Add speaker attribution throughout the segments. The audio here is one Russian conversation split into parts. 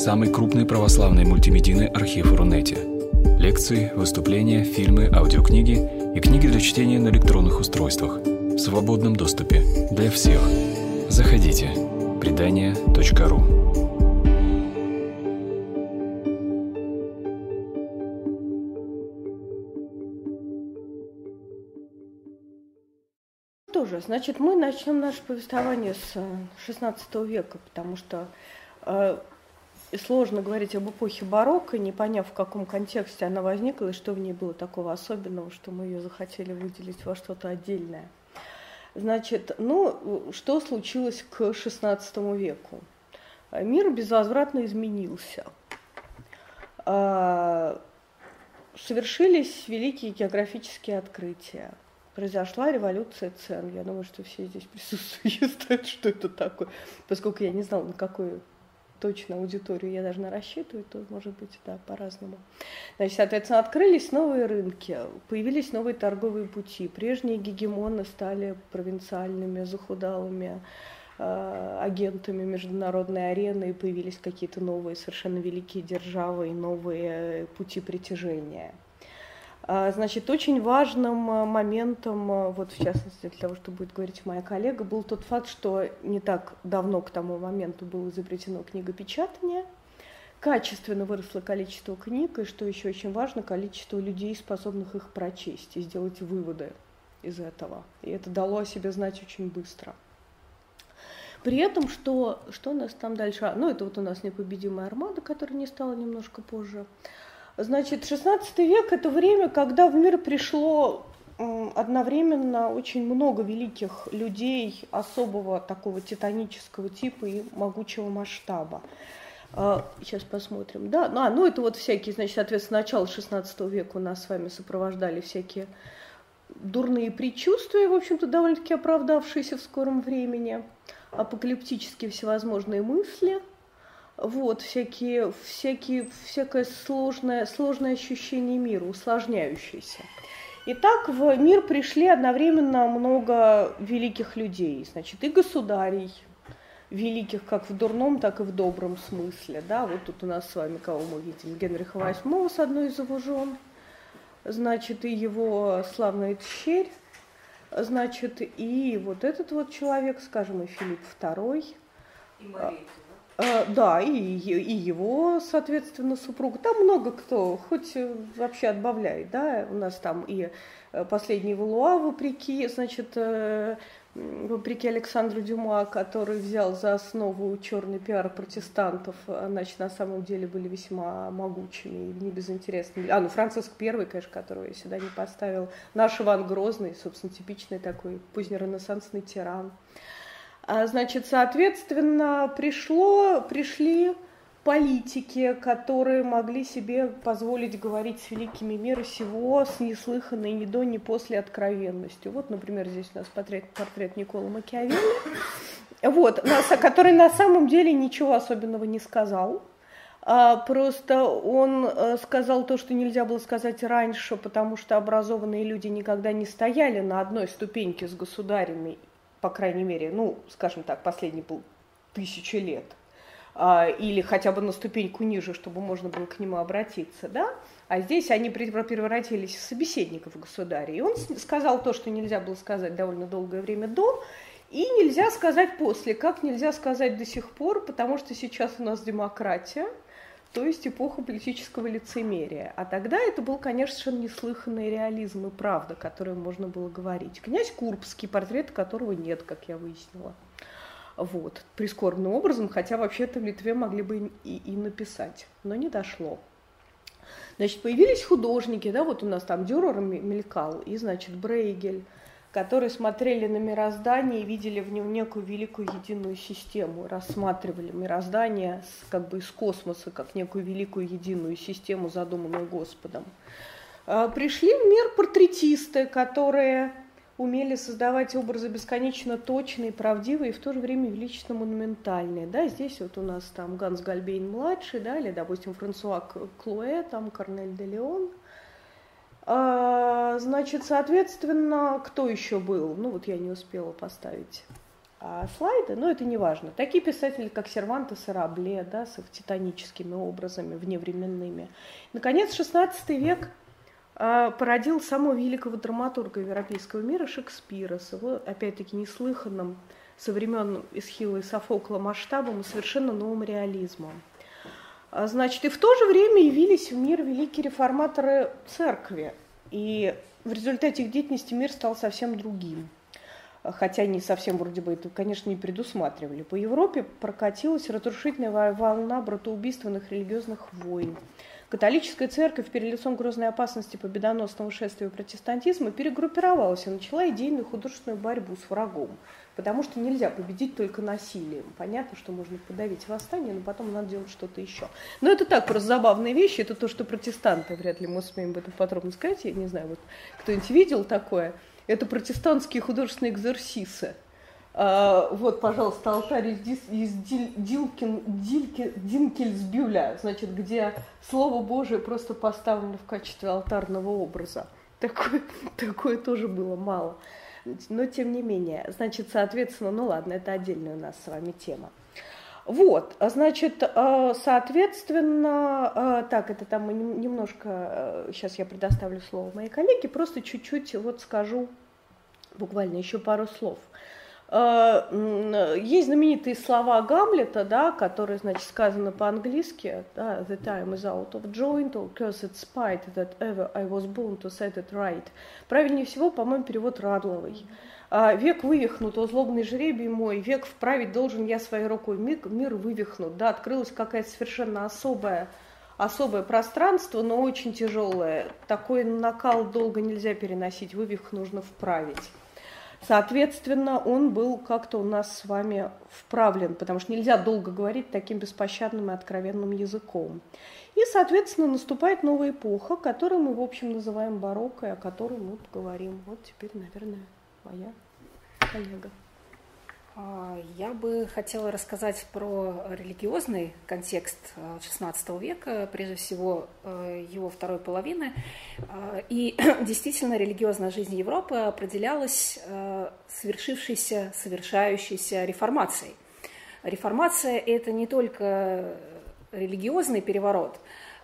Speaker 1: самый крупный православный мультимедийный архив Рунете. Лекции, выступления, фильмы, аудиокниги и книги для чтения на электронных устройствах в свободном доступе для всех. Заходите. Предания.ру.
Speaker 2: Тоже, значит, мы начнем наше повествование с XVI века, потому что сложно говорить об эпохе барокко, не поняв, в каком контексте она возникла и что в ней было такого особенного, что мы ее захотели выделить во что-то отдельное. Значит, что случилось к XVI веку? Мир безвозвратно изменился. Совершились великие географические открытия. Произошла революция цен. Я думаю, что все здесь присутствующие знают, что это такое. Поскольку я не знала, на какую точно аудиторию я должна рассчитывать, то, может быть, да, по-разному. Значит, соответственно, открылись новые рынки, появились новые торговые пути. Прежние гегемоны стали провинциальными, захудалыми агентами международной арены, и появились какие-то новые, совершенно великие державы и новые пути притяжения. Значит, очень важным моментом, вот в частности для того, что будет говорить моя коллега, был тот факт, что не так давно к тому моменту было изобретено книгопечатание, качественно выросло количество книг, и, что еще очень важно, количество людей, способных их прочесть и сделать выводы из этого. И это дало о себе знать очень быстро. При этом, что у нас там дальше? Это вот у нас непобедимая армада, которая не стала немножко позже. Значит, XVI век – это время, когда в мир пришло одновременно очень много великих людей особого такого титанического типа и могучего масштаба. Сейчас посмотрим. Да, это вот всякие, значит, соответственно, начало XVI века у нас с вами сопровождали всякие дурные предчувствия, в общем-то, довольно-таки оправдавшиеся в скором времени, апокалиптические всевозможные мысли. Вот, всякое сложное ощущение мира, усложняющееся. Итак, в мир пришли одновременно много великих людей, значит, и государей, великих как в дурном, так и в добром смысле. Да? Вот тут у нас с вами, кого мы видим, Генриха VIII с одной из его жен, значит, и его славная дщерь, значит, и вот этот вот человек, скажем, и Филипп II.
Speaker 3: И Мария.
Speaker 2: Да, и его, соответственно, супруга. Там много кто, хоть вообще отбавляет, да, у нас там и последний Валуа, вопреки Александру Дюма, который взял за основу черный пиар протестантов, значит, на самом деле были весьма могучими и не безинтересными. Франциск I, конечно, которого я сюда не поставил, наш Иван Грозный, собственно, типичный такой позднеренессансный тиран. Значит, соответственно, пришли политики, которые могли себе позволить говорить с великими мира сего, с неслыханной ни до, ни после откровенностью. Вот, например, здесь у нас портрет Никколо Макиавелли, вот, который на самом деле ничего особенного не сказал. Просто он сказал то, что нельзя было сказать раньше, потому что образованные люди никогда не стояли на одной ступеньке с государями, по крайней мере, скажем так, последний был 1000 лет, или хотя бы на ступеньку ниже, чтобы можно было к нему обратиться, да? А здесь они превратились в собеседников государя. И он сказал то, что нельзя было сказать довольно долгое время до, и нельзя сказать после, как нельзя сказать до сих пор, потому что сейчас у нас демократия, то есть эпоха политического лицемерия. А тогда это был, конечно, совершенно неслыханный реализм и правда, которую можно было говорить. Князь Курбский, портрет которого нет, как я выяснила. Вот, прискорбным образом, хотя вообще-то в Литве могли бы и написать, но не дошло. Значит, появились художники, да, вот у нас там Дюрер мелькал, и, значит, Брейгель, которые смотрели на мироздание и видели в нем некую великую единую систему, рассматривали мироздание из космоса как некую великую единую систему, задуманную Господом. Пришли в мир портретисты, которые умели создавать образы бесконечно точные, правдивые и в то же время величественно монументальные. Да, здесь вот у нас там Ганс Гальбейн-младший, да, или, допустим, Франсуа Клуэ, там Корнель де Леон. Значит, соответственно, кто еще был? Я не успела поставить слайды, но это не важно. Такие писатели, как Сервантес и Рабле, да, с их титаническими образами вневременными. Наконец, XVI век породил самого великого драматурга европейского мира Шекспира с его, опять-таки, неслыханным со времен Эсхила и Софокла масштабом и совершенно новым реализмом. Значит, и в то же время явились в мир великие реформаторы церкви, и в результате их деятельности мир стал совсем другим. Хотя не совсем вроде бы это, конечно, не предусматривали. По Европе прокатилась разрушительная волна братоубийственных религиозных войн. Католическая церковь перед лицом грозной опасности победоносного шествия протестантизма перегруппировалась и начала идейную художественную борьбу с врагом, потому что нельзя победить только насилием. Понятно, что можно подавить восстание, но потом надо делать что-то еще. Но это так, просто забавные вещи, это то, что протестанты, вряд ли мы смеем об этом подробно сказать, я не знаю, вот кто-нибудь видел такое, это протестантские художественные экзорсисы. Вот, пожалуйста, алтарь из Динкельсбюля, значит, где Слово Божие просто поставлено в качестве алтарного образа. Такое тоже было мало. Но тем не менее, значит, соответственно, ну ладно, это отдельная у нас с вами тема. Вот, значит, соответственно, так, это там мы немножко, сейчас я предоставлю слово моей коллеге, просто чуть-чуть вот скажу, буквально еще пару слов. Есть знаменитые слова Гамлета, да, которые, значит, сказаны по-английски, да, «The time is out of joint or cursed spite that ever I was born to set it right». Правильнее всего, по-моему, перевод Радловой. «Век вывихнут, о злобный жребий мой, век вправить должен я своей рукой, мир вывихнут». Да, открылась какая-то совершенно особое пространство, но очень тяжелое. Такой накал долго нельзя переносить, вывих нужно вправить. Соответственно, он был как-то у нас с вами вправлен, потому что нельзя долго говорить таким беспощадным и откровенным языком. И, соответственно, наступает новая эпоха, которую мы, в общем, называем барокко, о которой мы говорим. Вот теперь, наверное, моя коллега.
Speaker 3: Я бы хотела рассказать про религиозный контекст XVI века, прежде всего его второй половины. И действительно религиозная жизнь Европы определялась совершающейся реформацией. Реформация – это не только религиозный переворот,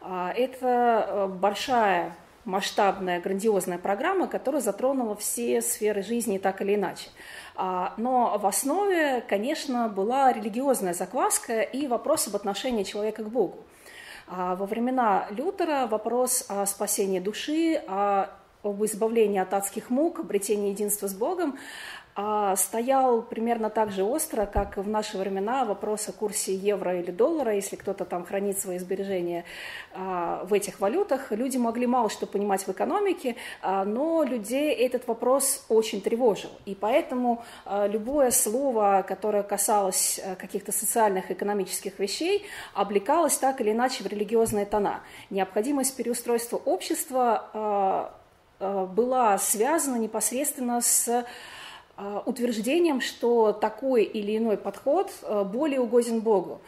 Speaker 3: это большая, масштабная, грандиозная программа, которая затронула все сферы жизни так или иначе. Но в основе, конечно, была религиозная закваска и вопрос об отношении человека к Богу. Во времена Лютера вопрос о спасении души, об избавлении от адских мук, обретении единства с Богом стоял примерно так же остро, как в наши времена вопрос о курсе евро или доллара. Если кто-то там хранит свои сбережения в этих валютах, люди могли мало что понимать в экономике, но людей этот вопрос очень тревожил. И поэтому любое слово, которое касалось каких-то социальных, экономических вещей, облекалось так или иначе в религиозные тона. Необходимость переустройства общества была связана непосредственно с утверждением, что такой или иной подход более угоден Богу,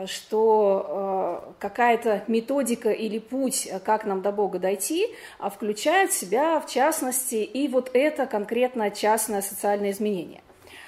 Speaker 3: что какая-то методика или путь, как нам до Бога дойти, включает в себя, в частности, и вот это конкретно частное социальное изменение.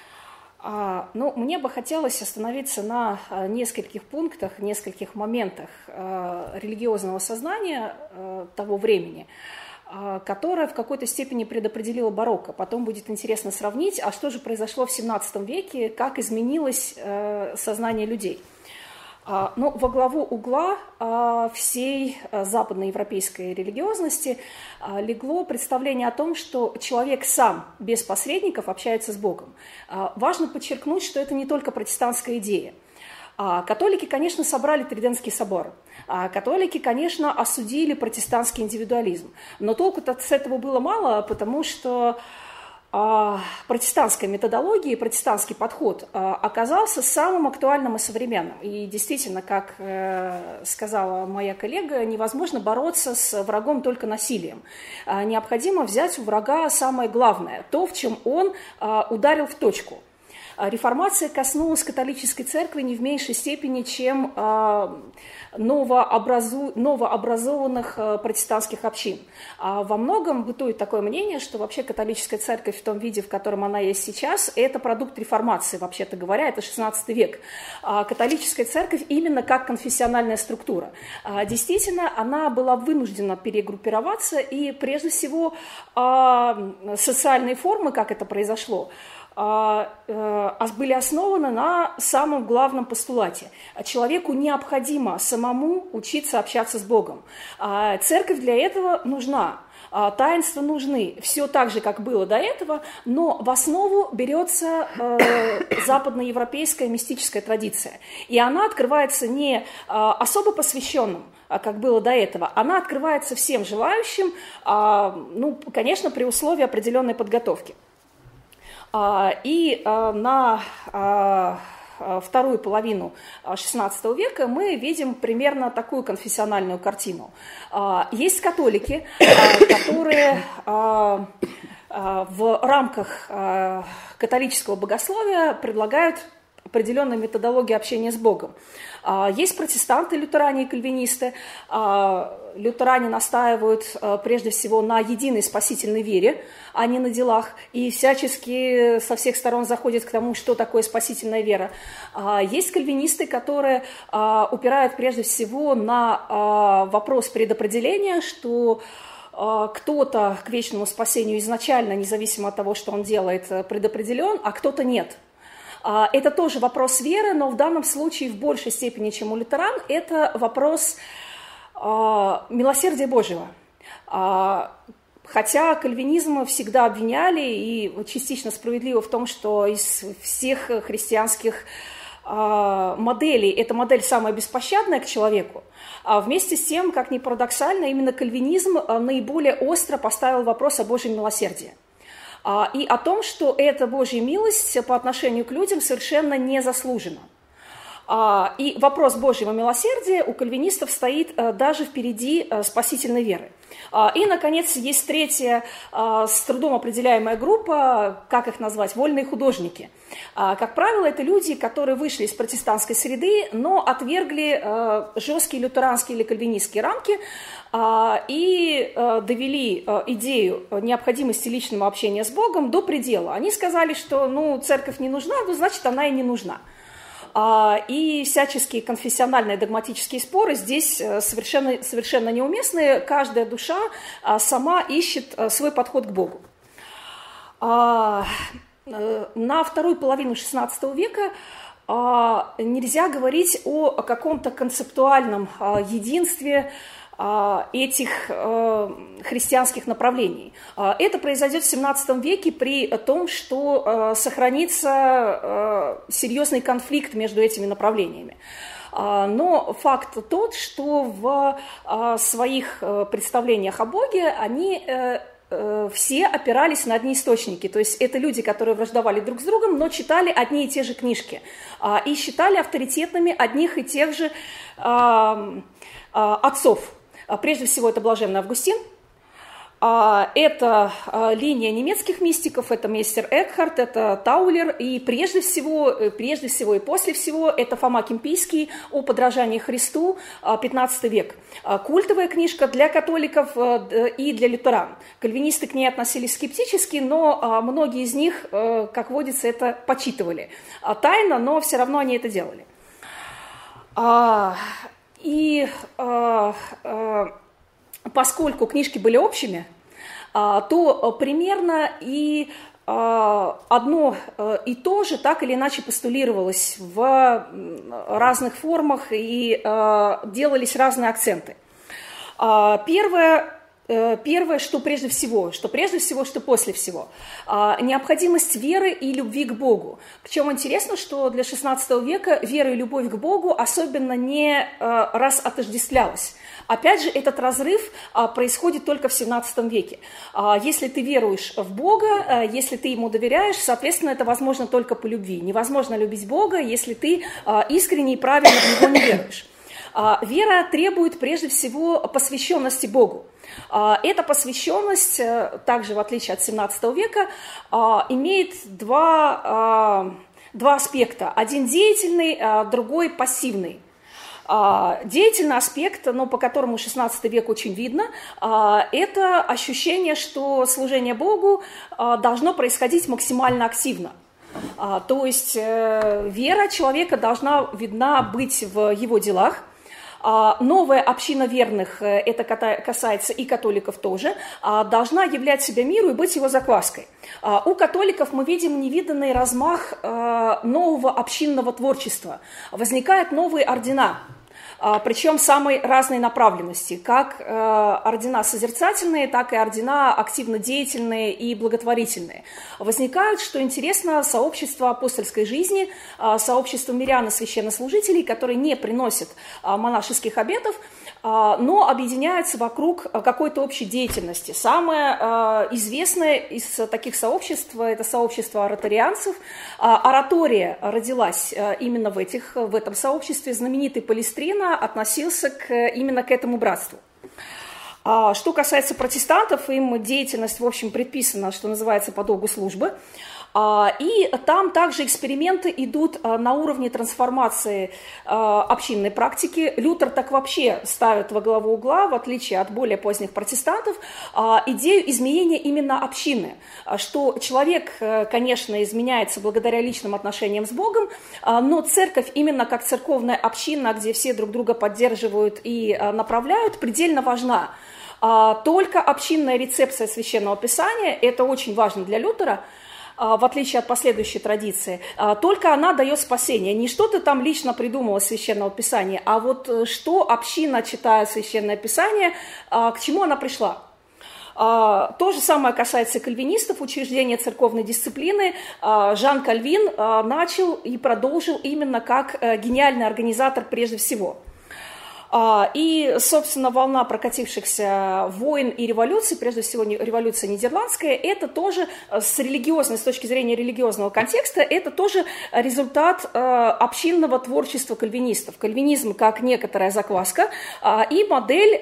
Speaker 3: Но мне бы хотелось остановиться на нескольких пунктах, нескольких моментах религиозного сознания того времени, которая в какой-то степени предопределила барокко. Потом будет интересно сравнить, а что же произошло в XVII веке, как изменилось сознание людей. Но во главу угла всей западноевропейской религиозности легло представление о том, что человек сам, без посредников, общается с Богом. Важно подчеркнуть, что это не только протестантская идея. Католики, конечно, собрали Тридентский собор. Католики, конечно, осудили протестантский индивидуализм. Но толку-то с этого было мало, потому что протестантская методология, протестантский подход оказался самым актуальным и современным. И действительно, как сказала моя коллега, невозможно бороться с врагом только насилием. Необходимо взять у врага самое главное, то, в чем он ударил в точку. Реформация коснулась католической церкви не в меньшей степени, чем новообразованных протестантских общин. Во многом бытует такое мнение, что вообще католическая церковь в том виде, в котором она есть сейчас, это продукт реформации, вообще-то говоря, это 16 век. Католическая церковь именно как конфессиональная структура. Действительно, она была вынуждена перегруппироваться, и прежде всего социальные формы, как это произошло, были основаны на самом главном постулате. Человеку необходимо самому учиться общаться с Богом. Церковь для этого нужна. Таинства нужны, все так же, как было до этого, но в основу берется западноевропейская мистическая традиция. И она открывается не особо посвященным, как было до этого, она открывается всем желающим, конечно, при условии определенной подготовки. И на вторую половину XVI века мы видим примерно такую конфессиональную картину. Есть католики, которые в рамках католического богословия предлагают определенную методологию общения с Богом. Есть протестанты, лютеране и кальвинисты. Лютеране настаивают прежде всего на единой спасительной вере, а не на делах, и всячески со всех сторон заходят к тому, что такое спасительная вера. Есть кальвинисты, которые упирают прежде всего на вопрос предопределения, что кто-то к вечному спасению изначально, независимо от того, что он делает, предопределен, а кто-то нет. Это тоже вопрос веры, но в данном случае в большей степени, чем у лютеран, это вопрос милосердия Божьего. Хотя кальвинизм всегда обвиняли, и частично справедливо, в том, что из всех христианских моделей эта модель самая беспощадная к человеку. Вместе с тем, как ни парадоксально, именно кальвинизм наиболее остро поставил вопрос о Божьем милосердии. И о том, что эта Божья милость по отношению к людям совершенно не заслужена. И вопрос Божьего милосердия у кальвинистов стоит даже впереди спасительной веры. И, наконец, есть третья, с трудом определяемая группа, как их назвать, вольные художники. Как правило, это люди, которые вышли из протестантской среды, но отвергли жесткие лютеранские или кальвинистские рамки и довели идею необходимости личного общения с Богом до предела. Они сказали, что церковь не нужна, значит, она и не нужна. И всяческие конфессиональные догматические споры здесь совершенно неуместны. Каждая душа сама ищет свой подход к Богу. На вторую половину XVI века нельзя говорить о каком-то концептуальном единстве этих христианских направлений. Это произойдет в XVII веке при том, что сохранится серьезный конфликт между этими направлениями. Но факт тот, что в своих представлениях о Боге они все опирались на одни источники. То есть это люди, которые враждовали друг с другом, но читали одни и те же книжки и считали авторитетными одних и тех же отцов. Прежде всего, это блаженный Августин, это линия немецких мистиков, это мейстер Экхарт, это Таулер, и прежде всего и после всего это Фома Кемпийский о подражании Христу, 15 век. Культовая книжка для католиков и для лютеран. Кальвинисты к ней относились скептически, но многие из них, как водится, это почитывали. Тайно, но все равно они это делали. И поскольку книжки были общими, то примерно и одно и то же так или иначе постулировалось в разных формах и делались разные акценты. Первое, что прежде всего, что после всего. Необходимость веры и любви к Богу. Причем интересно, что для XVI века вера и любовь к Богу особенно не отождествлялась. Опять же, этот разрыв происходит только в XVII веке. Если ты веруешь в Бога, если ты Ему доверяешь, соответственно, это возможно только по любви. Невозможно любить Бога, если ты искренне и правильно в Него не веруешь. Вера требует прежде всего посвященности Богу. Эта посвященность, также в отличие от XVII века, имеет два два аспекта. Один деятельный, другой пассивный. Деятельный аспект, но по которому XVI век очень видно, это ощущение, что служение Богу должно происходить максимально активно. То есть вера человека должна видна быть в его делах. Новая община верных, это касается и католиков тоже, должна являть себя миру и быть его закваской. У католиков мы видим невиданный размах нового общинного творчества. Возникают новые ордена, причем самой разной направленности, как ордена созерцательные, так и ордена активно деятельные и благотворительные. Возникают, что интересно, сообщества апостольской жизни, сообщества мирян и священнослужителей, которые не приносят монашеских обетов, но объединяются вокруг какой-то общей деятельности. Самое известное из таких сообществ – это сообщество ораторианцев. Оратория родилась именно в этом сообществе. Знаменитый Палестрина относился именно к этому братству. Что касается протестантов, им деятельность, в общем, предписана, что называется, по долгу службы. И там также эксперименты идут на уровне трансформации общинной практики. Лютер так вообще ставит во главу угла, в отличие от более поздних протестантов, идею изменения именно общины, что человек, конечно, изменяется благодаря личным отношениям с Богом, но церковь именно как церковная община, где все друг друга поддерживают и направляют, предельно важна. Только общинная рецепция Священного Писания, это очень важно для Лютера, в отличие от последующей традиции, только она дает спасение. Не что ты там лично придумала из Священного Писания, а вот что община, читая Священное Писание, к чему она пришла. То же самое касается кальвинистов, учреждения церковной дисциплины. Жан Кальвин начал и продолжил именно как гениальный организатор прежде всего. И, собственно, волна прокатившихся войн и революций, прежде всего революция нидерландская, это тоже с точки зрения религиозного контекста, это тоже результат общинного творчества кальвинистов. Кальвинизм как некоторая закваска и модель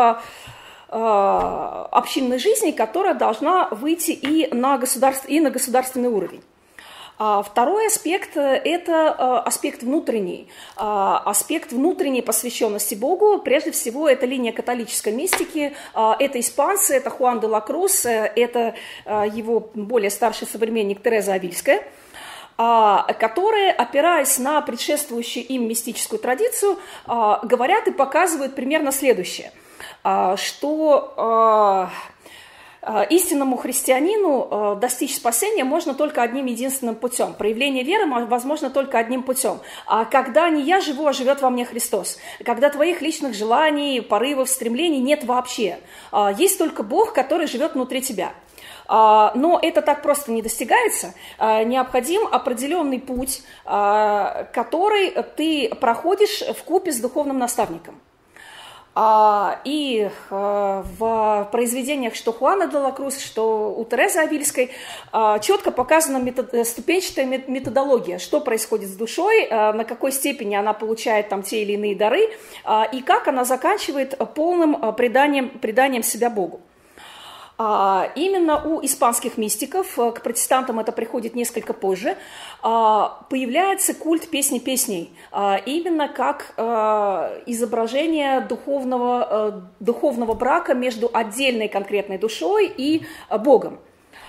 Speaker 3: общинной жизни, которая должна выйти и на государственный уровень. Второй аспект – это аспект внутренней посвященности Богу. Прежде всего, это линия католической мистики, это испанцы, это Хуан де ла Крус, это его более старший современник Тереза Авильская, которые, опираясь на предшествующую им мистическую традицию, говорят и показывают примерно следующее, что истинному христианину достичь спасения можно только одним единственным путем. Проявление веры возможно только одним путем. Когда не я живу, а живет во мне Христос. Когда твоих личных желаний, порывов, стремлений нет вообще. Есть только Бог, который живет внутри тебя. Но это так просто не достигается. Необходим определенный путь, который ты проходишь вкупе с духовным наставником. И в произведениях что Хуана де ла Крус, что у Терезы Авильской четко показана ступенчатая методология, что происходит с душой, на какой степени она получает там те или иные дары, и как она заканчивает полным преданием себя Богу. Именно у испанских мистиков, к протестантам это приходит несколько позже, появляется культ песни песней, именно как изображение духовного брака между отдельной конкретной душой и Богом.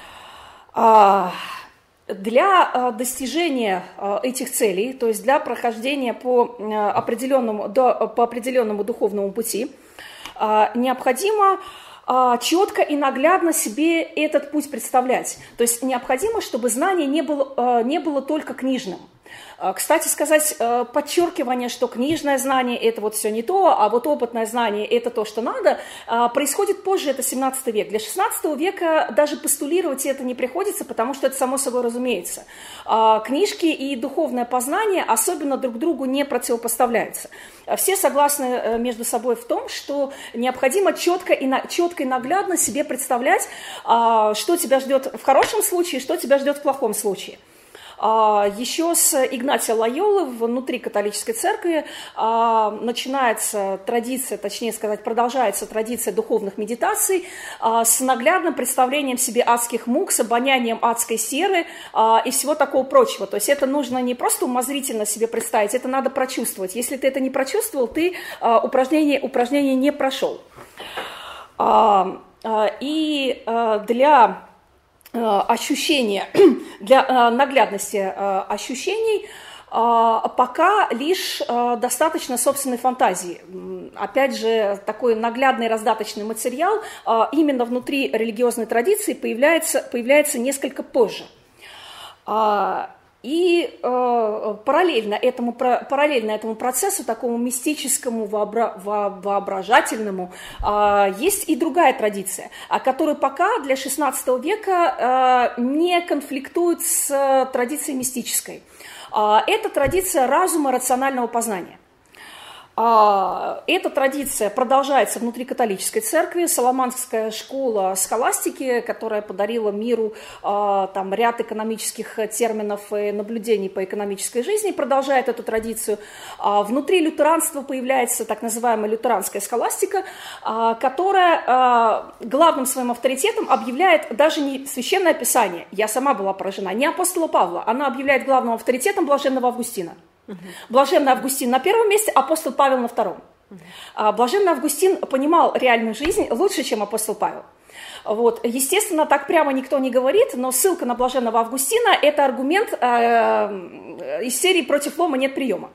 Speaker 3: Для достижения этих целей, то есть для прохождения по определенному духовному пути, необходимо четко и наглядно себе этот путь представлять. То есть необходимо, чтобы знание не было только книжным. Кстати сказать, подчеркивание, что книжное знание – это вот все не то, а вот опытное знание – это то, что надо, происходит позже, это 17 век. Для 16 века даже постулировать это не приходится, потому что это само собой разумеется. Книжки и духовное познание особенно друг другу не противопоставляются. Все согласны между собой в том, что необходимо четко и наглядно себе представлять, что тебя ждет в хорошем случае, что тебя ждет в плохом случае. Еще с Игнатия Лойолы внутри католической церкви начинается традиция, точнее сказать, продолжается традиция духовных медитаций с наглядным представлением себе адских мук, с обонянием адской серы и всего такого прочего. То есть это нужно не просто умозрительно себе представить, это надо прочувствовать. Если ты это не прочувствовал, ты упражнение не прошел. И для ощущения, для наглядности ощущений пока лишь достаточно собственной фантазии. Опять же, такой наглядный раздаточный материал именно внутри религиозной традиции появляется несколько позже. И параллельно этому процессу, такому мистическому, воображательному, есть и другая традиция, которая пока для XVI века не конфликтует с традицией мистической. Это традиция разума, рационального познания. Эта традиция продолжается внутри католической церкви. Соломонская школа схоластики, которая подарила миру там, ряд экономических терминов и наблюдений по экономической жизни, продолжает эту традицию. Внутри лютеранства появляется так называемая лютеранская схоластика, которая главным своим авторитетом объявляет даже не Священное Писание, я сама была поражена, не апостола Павла, она объявляет главным авторитетом блаженного Августина. Блаженный Августин на первом месте, апостол Павел на втором. Блаженный Августин понимал реальную жизнь лучше, чем апостол Павел. Вот. Естественно, так прямо никто не говорит, но ссылка на блаженного Августина – это аргумент из серии «Против лома нет приема».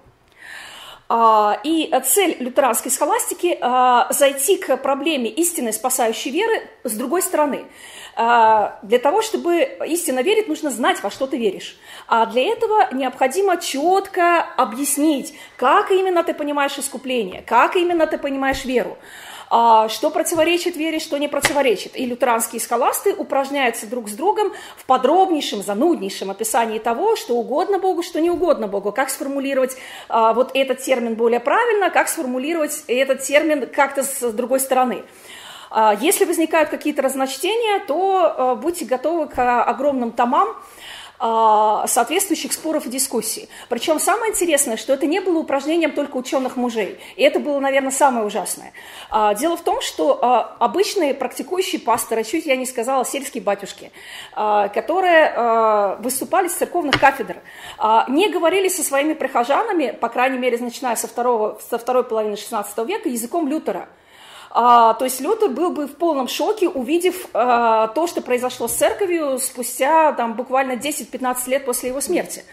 Speaker 3: И цель лютеранской схоластики – зайти к проблеме истинной спасающей веры с другой стороны. Для того, чтобы истинно верить, нужно знать, во что ты веришь. А для этого необходимо четко объяснить, как именно ты понимаешь искупление, как именно ты понимаешь веру, что противоречит вере, что не противоречит. И лютеранские схоласты упражняются друг с другом в подробнейшем, зануднейшем описании того, что угодно Богу, что не угодно Богу, как сформулировать вот этот термин более правильно, как сформулировать этот термин как-то с другой стороны. Если возникают какие-то разночтения, то будьте готовы к огромным томам соответствующих споров и дискуссий. Причем самое интересное, что это не было упражнением только ученых мужей. И это было, наверное, самое ужасное. Дело в том, что обычные практикующие пасторы, чуть я не сказала, сельские батюшки, которые выступали с церковных кафедр, не говорили со своими прихожанами, по крайней мере, начиная со второй половины XVI века, языком Лютера. То есть Лютер был бы в полном шоке, увидев то, что произошло с церковью спустя там, буквально 10-15 лет после его смерти.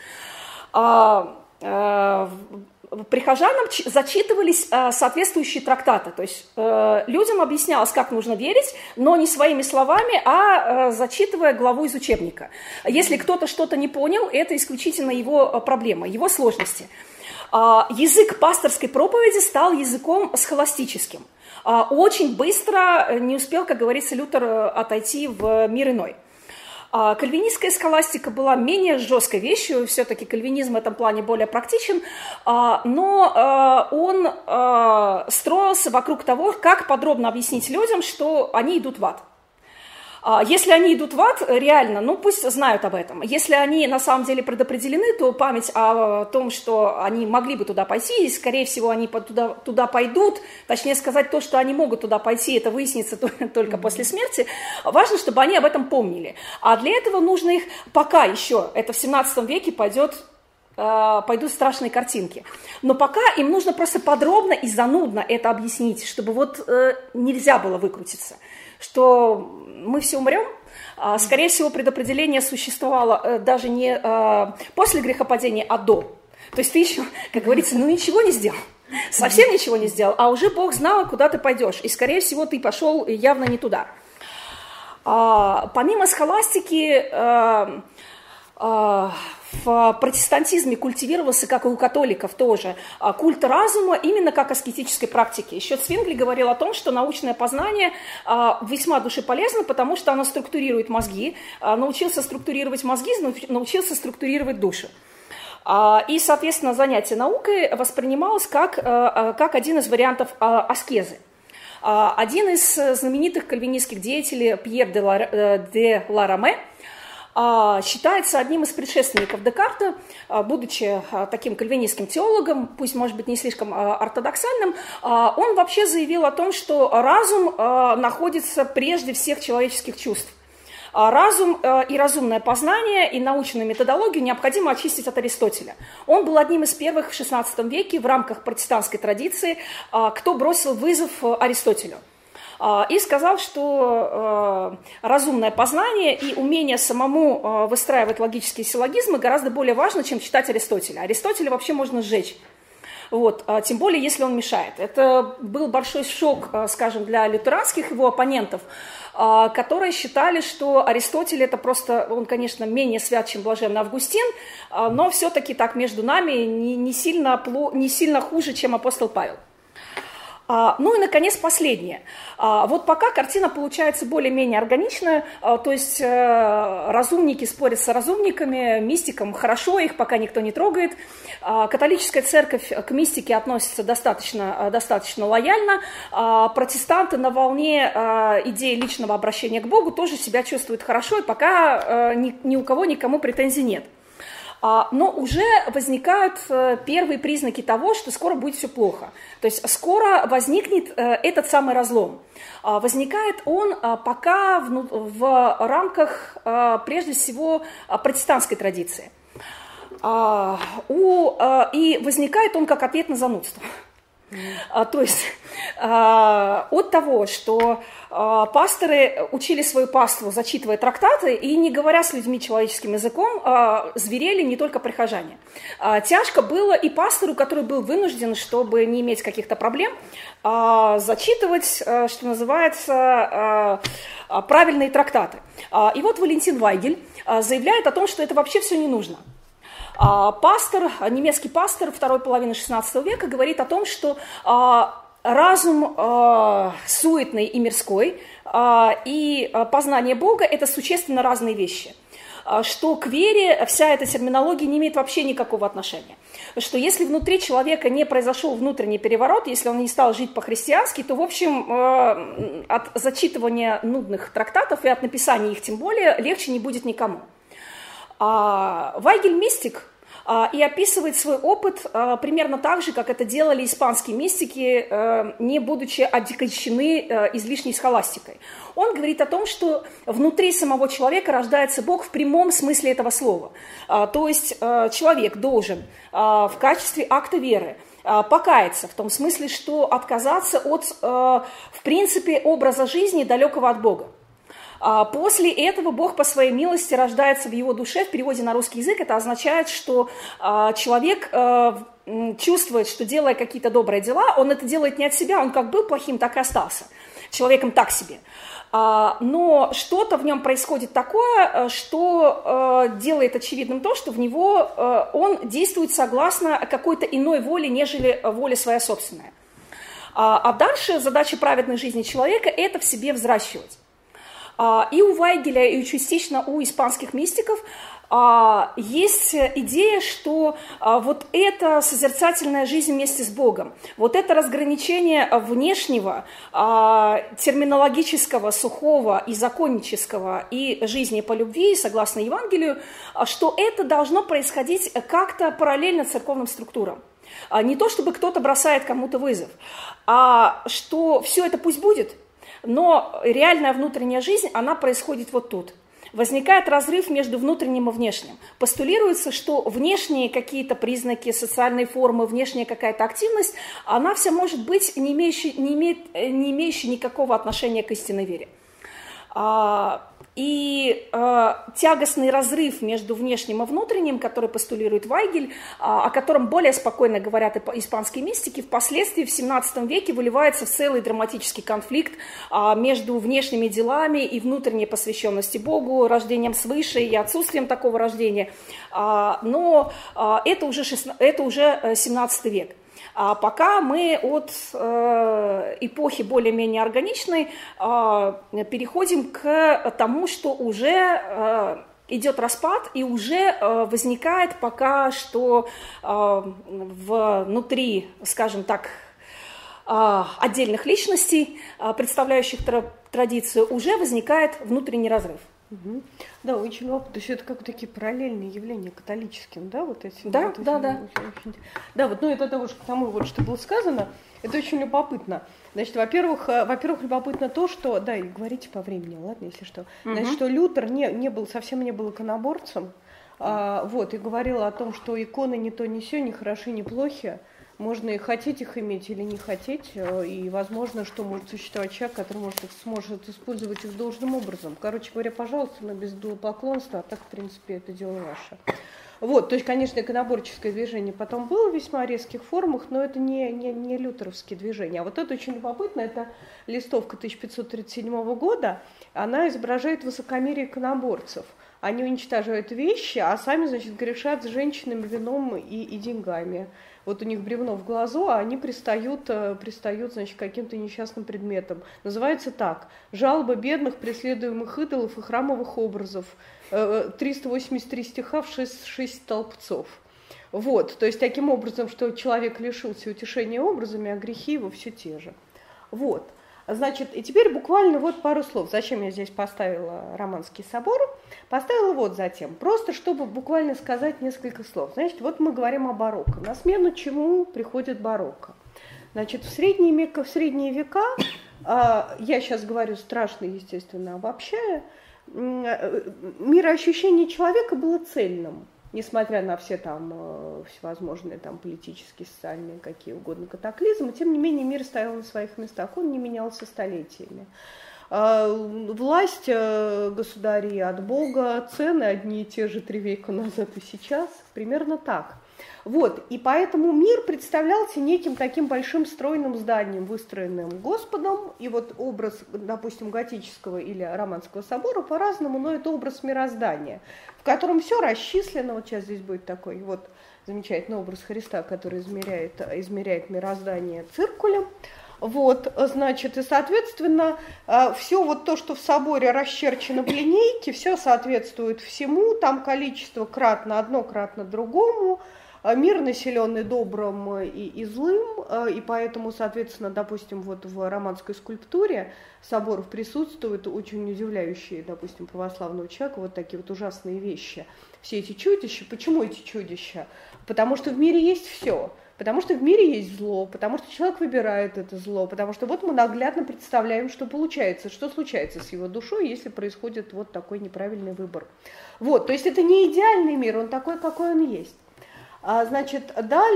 Speaker 3: Прихожанам зачитывались соответствующие трактаты, то есть людям объяснялось, как нужно верить, но не своими словами, а зачитывая главу из учебника. Если кто-то что-то не понял, это исключительно его проблема, его сложности. Язык пасторской проповеди стал языком схоластическим. Очень быстро не успел, как говорится, Лютер отойти в мир иной. Кальвинистская схоластика была менее жесткой вещью, все-таки кальвинизм в этом плане более практичен, но он строился вокруг того, как подробно объяснить людям, что они идут в ад. Если они идут в ад, реально, ну пусть знают об этом. Если они на самом деле предопределены, то память о том, что они могли бы туда пойти, и, скорее всего, они туда пойдут, точнее сказать, то, что они могут туда пойти, это выяснится только после смерти. Важно, чтобы они об этом помнили. А для этого нужно их пока еще, это в 17 веке пойдут страшные картинки. Но пока им нужно просто подробно и занудно это объяснить, чтобы вот нельзя было выкрутиться, что мы все умрем. Скорее всего, предопределение существовало даже не после грехопадения, а до. То есть ты еще, как говорится, ничего не сделал, совсем ничего не сделал, а уже Бог знал, куда ты пойдешь. И, скорее всего, ты пошел явно не туда. Помимо схоластики, в протестантизме культивировался, как и у католиков тоже, культ разума именно как аскетической практики. Еще Цвингли говорил о том, что научное познание весьма душеполезно, потому что оно структурирует мозги, научился структурировать мозги, научился структурировать душу. И, соответственно, занятие наукой воспринималось как один из вариантов аскезы. Один из знаменитых кальвинистских деятелей, Пьер де Ла Раме, считается одним из предшественников Декарта, будучи таким кальвинистским теологом, пусть, может быть, не слишком ортодоксальным, он вообще заявил о том, что разум находится прежде всех человеческих чувств. Разум и разумное познание, и научную методологию необходимо очистить от Аристотеля. Он был одним из первых в XVI веке в рамках протестантской традиции, кто бросил вызов Аристотелю. И сказал, что разумное познание и умение самому выстраивать логические силлогизмы гораздо более важно, чем читать Аристотеля. Аристотеля вообще можно сжечь. Вот, тем более, если он мешает. Это был большой шок, скажем, для лютеранских его оппонентов, которые считали, что Аристотель это просто, он, конечно, менее свят, чем блаженный Августин, но все-таки так между нами не сильно хуже, чем апостол Павел. Ну и, наконец, последнее. Вот пока картина получается более-менее органичная, то есть разумники спорят с разумниками, мистикам хорошо, их пока никто не трогает. Католическая церковь к мистике относится достаточно лояльно. Протестанты на волне идеи личного обращения к Богу тоже себя чувствуют хорошо, и пока ни у кого никому претензий нет. Но уже возникают первые признаки того, что скоро будет все плохо. То есть скоро возникнет этот самый разлом. Возникает он пока в рамках, прежде всего, протестантской традиции. И возникает он как ответ на занудство. То есть от того, что пасторы учили свою паству, зачитывая трактаты, и не говоря с людьми человеческим языком, зверели не только прихожане. Тяжко было и пастору, который был вынужден, чтобы не иметь каких-то проблем, зачитывать, что называется, правильные трактаты. И вот Валентин Вайгель заявляет о том, что это вообще все не нужно. Пастор, немецкий пастор второй половины XVI века говорит о том, что разум суетный и мирской и познание Бога – это существенно разные вещи. Что к вере вся эта терминология не имеет вообще никакого отношения. Что если внутри человека не произошел внутренний переворот, если он не стал жить по-христиански, то, в общем, от зачитывания нудных трактатов и от написания их тем более легче не будет никому. Вайгель мистик и описывает свой опыт примерно так же, как это делали испанские мистики, не будучи отягощены излишней схоластикой. Он говорит о том, что внутри самого человека рождается Бог в прямом смысле этого слова. То есть человек должен в качестве акта веры покаяться, в том смысле, что отказаться от, в принципе, образа жизни далекого от Бога. После этого Бог по своей милости рождается в его душе. В переводе на русский язык это означает, что человек чувствует, что делая какие-то добрые дела, он это делает не от себя, он как был плохим, так и остался. Человеком так себе. Но что-то в нем происходит такое, что делает очевидным то, что в него он действует согласно какой-то иной воле, нежели воле своя собственная. А дальше задача праведной жизни человека – это в себе взращивать. И у Вайгеля, и частично у испанских мистиков есть идея, что вот эта созерцательная жизнь вместе с Богом, вот это разграничение внешнего, терминологического, сухого и законнического и жизни по любви, согласно Евангелию, что это должно происходить как-то параллельно церковным структурам. Не то, чтобы кто-то бросает кому-то вызов, а что все это пусть будет, но реальная внутренняя жизнь, она происходит вот тут. Возникает разрыв между внутренним и внешним. Постулируется, что внешние какие-то признаки, социальные формы, внешняя какая-то активность, она вся может быть не имеющей никакого отношения к истинной вере. И тягостный разрыв между внешним и внутренним, который постулирует Вайгель, о котором более спокойно говорят испанские мистики, впоследствии в XVII веке выливается в целый драматический конфликт между внешними делами и внутренней посвященностью Богу, рождением свыше и отсутствием такого рождения. Но это уже XVII век. А пока мы от эпохи более-менее органичной переходим к тому, что уже идет распад и уже возникает пока что внутри, скажем так, отдельных личностей, представляющих традицию, уже возникает внутренний разрыв.
Speaker 2: Угу. Да, очень любопытно. То есть это как такие параллельные явления католическим, да, вот эти?
Speaker 3: Да,
Speaker 2: вот
Speaker 3: да, да.
Speaker 2: Да, вот, ну это того, что к тому, вот, что было сказано, это очень любопытно. Значит, во-первых, любопытно то, что, да, и говорите по времени, ладно, если что. Значит, что Лютер совсем не был иконоборцем, вот, и говорил о том, что иконы не то, не сё, не хороши, не плохи. Можно и хотеть их иметь или не хотеть, и возможно, что может существовать человек, который сможет использовать их должным образом. Короче говоря, пожалуйста, но без идолопоклонства, а так, в принципе, это дело ваше. Вот, то есть, конечно, иконоборческое движение потом было в весьма резких формах, но это не лютеровские движения. А вот это очень любопытно, это листовка 1537 года, она изображает высокомерие иконоборцев. Они уничтожают вещи, а сами, значит, грешат с женщинами, вином и деньгами. Вот у них бревно в глазу, а они пристают, значит, к каким-то несчастным предметам. Называется так: «Жалоба бедных, преследуемых идолов и храмовых образов». 383 стиха в 6 столбцов. Вот, то есть таким образом, что человек лишился утешения образами, а грехи его все те же. Вот. Значит, и теперь буквально вот пару слов. Зачем я здесь поставила Романский собор? Поставила вот затем, просто чтобы буквально сказать несколько слов. Значит, вот мы говорим о барокко. На смену чему приходит барокко? Значит, в средние века, я сейчас говорю страшно, естественно, обобщая, мироощущение человека было цельным. Несмотря на все там всевозможные там политические, социальные, какие угодно катаклизмы, тем не менее мир стоял на своих местах, он не менялся столетиями. Власть государей от Бога, цены одни и те же 3 века назад и сейчас, примерно так. Вот, и поэтому мир представлялся неким таким большим стройным зданием, выстроенным Господом, и вот образ, допустим, готического или романского собора по-разному, но это образ мироздания, в котором все расчислено. Вот сейчас здесь будет такой вот замечательный образ Христа, который измеряет мироздание циркулем. Вот, значит, и, соответственно, все вот то, что в соборе расчерчено в линейке, все соответствует всему, там количество кратно одно, кратно другому. Мир населенный добрым и злым, и поэтому, соответственно, допустим, вот в романской скульптуре соборов присутствуют очень удивляющие, допустим, православного человека вот такие вот ужасные вещи. Все эти чудища. Почему эти чудища? Потому что в мире есть все. Потому что в мире есть зло, потому что человек выбирает это зло, потому что вот мы наглядно представляем, что получается, что случается с его душой, если происходит вот такой неправильный выбор. Вот, то есть это не идеальный мир, он такой, какой он есть. Значит,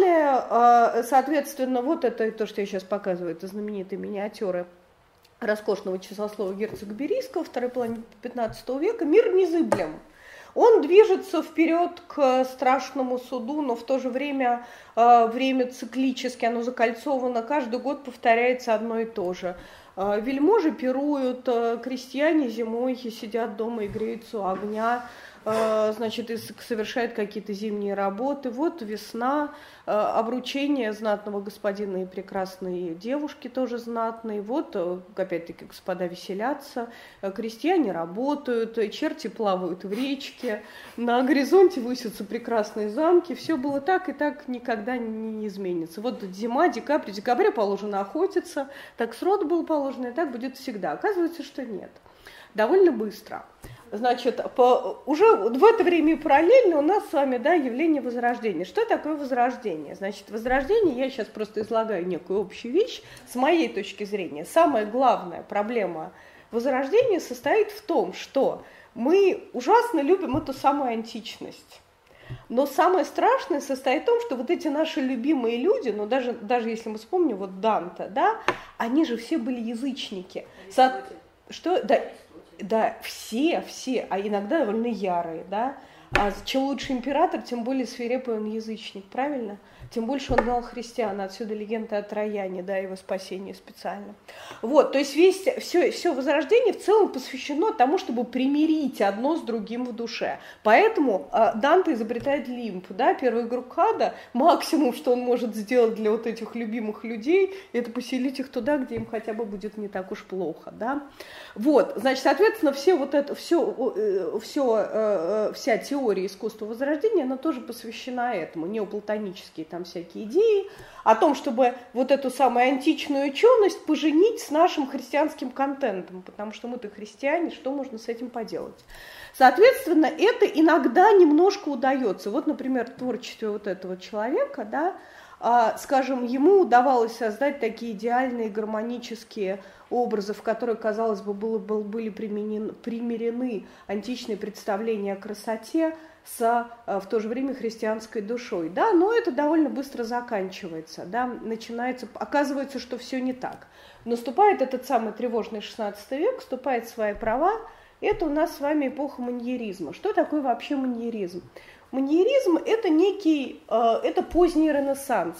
Speaker 2: далее, соответственно, вот это то, что я сейчас показываю, это знаменитые миниатюры роскошного часослова герцога Берийского, второй половины XV века. Мир незыблем. Он движется вперед к страшному суду, но в то же время циклически, оно закольцовано, каждый год повторяется одно и то же. Вельможи пируют, крестьяне зимой сидят дома и греются у огня, значит, совершает какие-то зимние работы. Вот весна, обручение знатного господина и прекрасной девушки тоже знатной. Вот, опять-таки, господа веселятся, крестьяне работают, черти плавают в речке, на горизонте высятся прекрасные замки. Все было так и так никогда не изменится. Вот зима, декабрь, в декабре положено охотиться, так срок был положен, и так будет всегда. Оказывается, что нет. Довольно быстро. Значит, уже в это время параллельно у нас с вами, да, явление Возрождения. Что такое Возрождение? Значит, Возрождение, я сейчас просто излагаю некую общую вещь, с моей точки зрения. Самая главная проблема Возрождения состоит в том, что мы ужасно любим эту самую античность. Но самое страшное состоит в том, что вот эти наши любимые люди, ну даже если мы вспомним вот Данте, да, они же все были язычники. Что? Да, все, а иногда довольно ярые, да. А чем лучше император, тем более свирепый он язычник, правильно? Тем больше он знал христиан, отсюда легенда о Трояне, да, его спасение специально. Вот, то есть все Возрождение в целом посвящено тому, чтобы примирить одно с другим в душе. Поэтому Данте изобретает лимб, да, первый игрок ада, максимум, что он может сделать для вот этих любимых людей, это поселить их туда, где им хотя бы будет не так уж плохо, да. Вот, значит, соответственно, вся теория теория искусства Возрождения, она тоже посвящена этому, неоплатонические там всякие идеи, о том, чтобы вот эту самую античную ученость поженить с нашим христианским контентом, потому что мы-то христиане, что можно с этим поделать? Соответственно, это иногда немножко удается. Вот, например, в творчестве вот этого человека, да, скажем, ему удавалось создать такие идеальные гармонические образы, в которые, казалось бы, были примирены античные представления о красоте с в то же время христианской душой. Да, но это довольно быстро заканчивается, да, начинается, оказывается, что все не так. Наступает этот самый тревожный XVI век, вступает в свои права. Это у нас с вами эпоха маньеризма. Что такое вообще маньеризм? Маньеризм – это некий, это поздний ренессанс,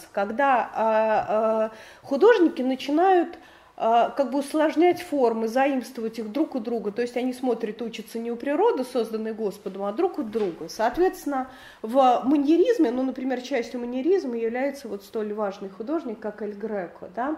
Speaker 2: когда художники начинают как бы усложнять формы, заимствовать их друг у друга, то есть они смотрят, учатся не у природы, созданной Господом, а друг у друга. Соответственно, в маньеризме, ну, например, частью маньеризма является вот столь важный художник, как Эль Греко, да.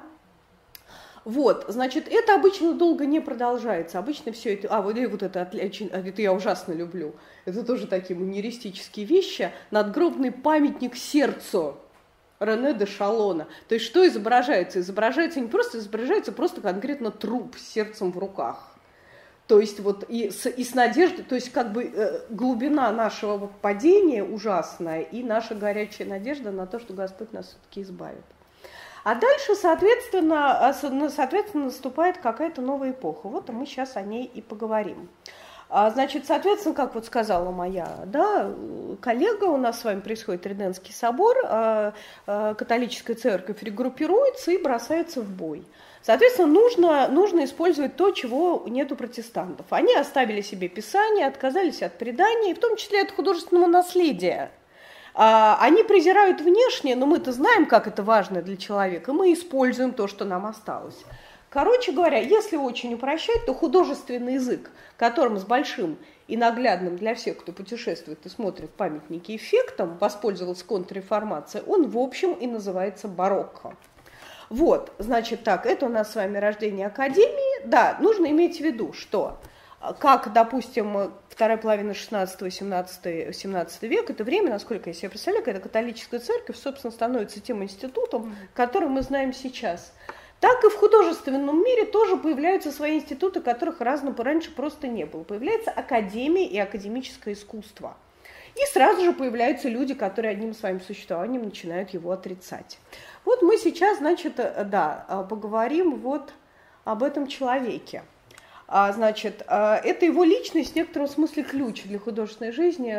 Speaker 2: Вот, значит, это обычно долго не продолжается, обычно все это, вот это я ужасно люблю, это тоже такие маньеристические вещи, надгробный памятник сердцу Рене де Шалона. То есть что изображается? Изображается просто конкретно труп с сердцем в руках. То есть вот и с надеждой, то есть как бы глубина нашего падения ужасная и наша горячая надежда на то, что Господь нас все-таки избавит. А дальше, соответственно, наступает какая-то новая эпоха. Вот мы сейчас о ней и поговорим. Значит, соответственно, как вот сказала моя, да, коллега, у нас с вами происходит Тридентский собор, католическая церковь регруппируется и бросается в бой. Соответственно, нужно использовать то, чего нет у протестантов. Они оставили себе Писание, отказались от предания, в том числе от художественного наследия. Они презирают внешнее, но мы-то знаем, как это важно для человека, мы используем то, что нам осталось. Короче говоря, если очень упрощать, то художественный язык, которым с большим и наглядным для всех, кто путешествует и смотрит памятники эффектом, воспользовалась контрреформация, он в общем и называется барокко. Вот, значит так, это у нас с вами рождение Академии. Да, нужно иметь в виду, что, как, допустим, вторая половина 16-17 века, это время, насколько я себе представляю, когда католическая церковь, собственно, становится тем институтом, который мы знаем сейчас. Так и в художественном мире тоже появляются свои институты, которых раньше просто не было. Появляется академия и академическое искусство. И сразу же появляются люди, которые одним своим существованием начинают его отрицать. Вот мы сейчас, значит, да, поговорим вот об этом человеке. Значит, это его личность в некотором смысле ключ для художественной жизни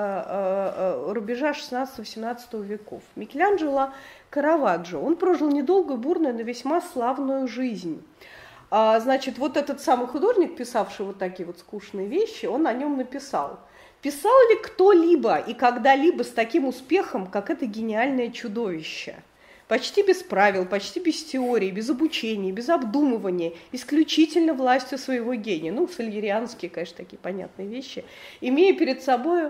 Speaker 2: рубежа 16-17 веков. Микеланджело Караваджо. Он прожил недолгую, бурную, но весьма славную жизнь. Значит, вот этот самый художник, писавший вот такие вот скучные вещи, он о нем написал. Писал ли кто-либо и когда-либо с таким успехом, как это гениальное чудовище? Почти без правил, почти без теории, без обучения, без обдумывания, исключительно властью своего гения. Ну, сальерианские, конечно, такие понятные вещи. Имея перед собой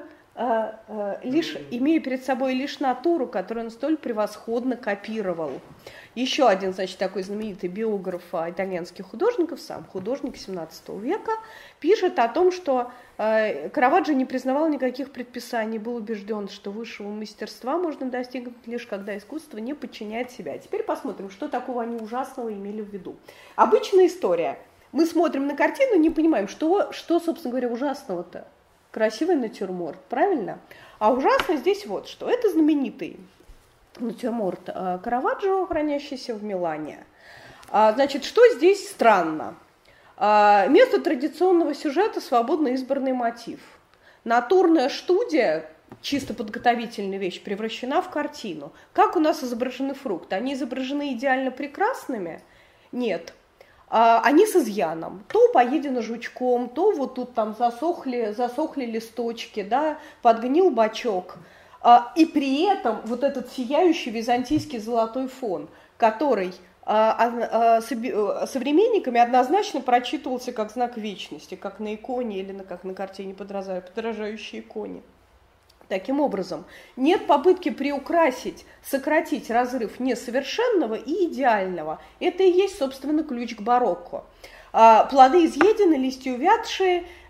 Speaker 2: лишь натуру, которую он столь превосходно копировал. Еще один, значит, такой знаменитый биограф итальянских художников, сам художник XVII века, пишет о том, что Караваджо не признавал никаких предписаний, был убежден, что высшего мастерства можно достигнуть лишь когда искусство не подчиняет себя. Теперь посмотрим, что такого они ужасного имели в виду. Обычная история. Мы смотрим на картину, не понимаем, что собственно говоря, ужасного-то. Красивый натюрморт, правильно? А ужасно здесь вот что. Это знаменитый натюрморт Караваджо, хранящийся в Милане. Значит, что здесь странно? Вместо традиционного сюжета свободно избранный мотив. Натурная студия, чисто подготовительная вещь, превращена в картину. Как у нас изображены фрукты? Они изображены идеально прекрасными? Нет. Они с изъяном. То поедено жучком, то вот тут там засохли листочки, да, подгнил бачок. И при этом вот этот сияющий византийский золотой фон, который современниками однозначно прочитывался как знак вечности, как на иконе или как на картине, подражающей иконе. Таким образом, нет попытки приукрасить, сократить разрыв несовершенного и идеального. Это и есть, собственно, ключ к барокко. Плоды изъедены, листья увядшие,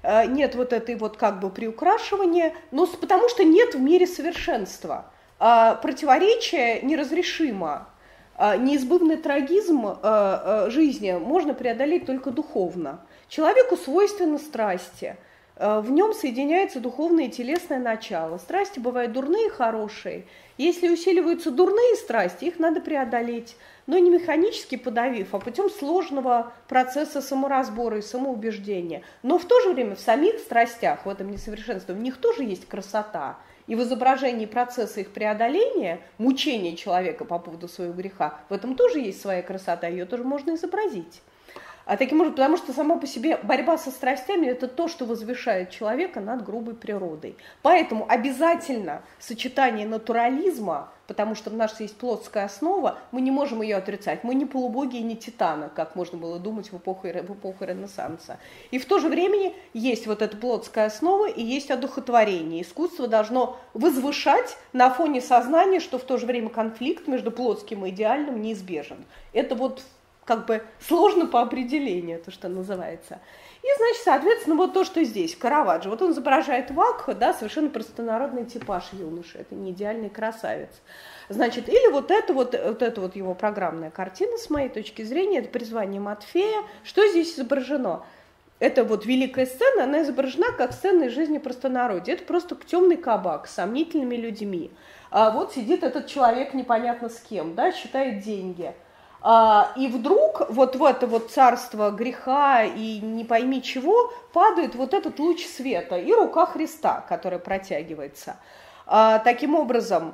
Speaker 2: нет вот этой вот как бы приукрашивания, но потому что нет в мире совершенства. Противоречие неразрешимо. Неизбывный трагизм жизни можно преодолеть только духовно. Человеку свойственны страсти. В нем соединяется духовное и телесное начало. Страсти бывают дурные и хорошие. Если усиливаются дурные страсти, их надо преодолеть, но не механически подавив, а путем сложного процесса саморазбора и самоубеждения. Но в то же время в самих страстях, в этом несовершенстве, в них тоже есть красота. И в изображении процесса их преодоления, мучения человека по поводу своего греха, в этом тоже есть своя красота, ее тоже можно изобразить. А таким образом, потому что сама по себе борьба со страстями – это то, что возвышает человека над грубой природой. Поэтому обязательно сочетание натурализма, потому что в нас есть плотская основа, мы не можем ее отрицать. Мы не полубоги и не титаны, как можно было думать в эпоху Ренессанса. И в то же время есть вот эта плотская основа и есть одухотворение. Искусство должно возвышать на фоне сознания, что в то же время конфликт между плотским и идеальным неизбежен. Это вот как бы сложно по определению, то, что называется. И, значит, соответственно, вот то, что здесь, Караваджо. Вот он изображает Вакху, да, совершенно простонародный типаж юноши, это не идеальный красавец. Значит, или вот это вот его программная картина, с моей точки зрения, это призвание Матфея. Что здесь изображено? Это вот великая сцена, она изображена как сцена из жизни простонародья. Это просто темный кабак с сомнительными людьми. А вот сидит этот человек непонятно с кем, да, считает деньги. И вдруг вот в это вот царство греха и не пойми чего падает вот этот луч света и рука Христа, которая протягивается. Таким образом,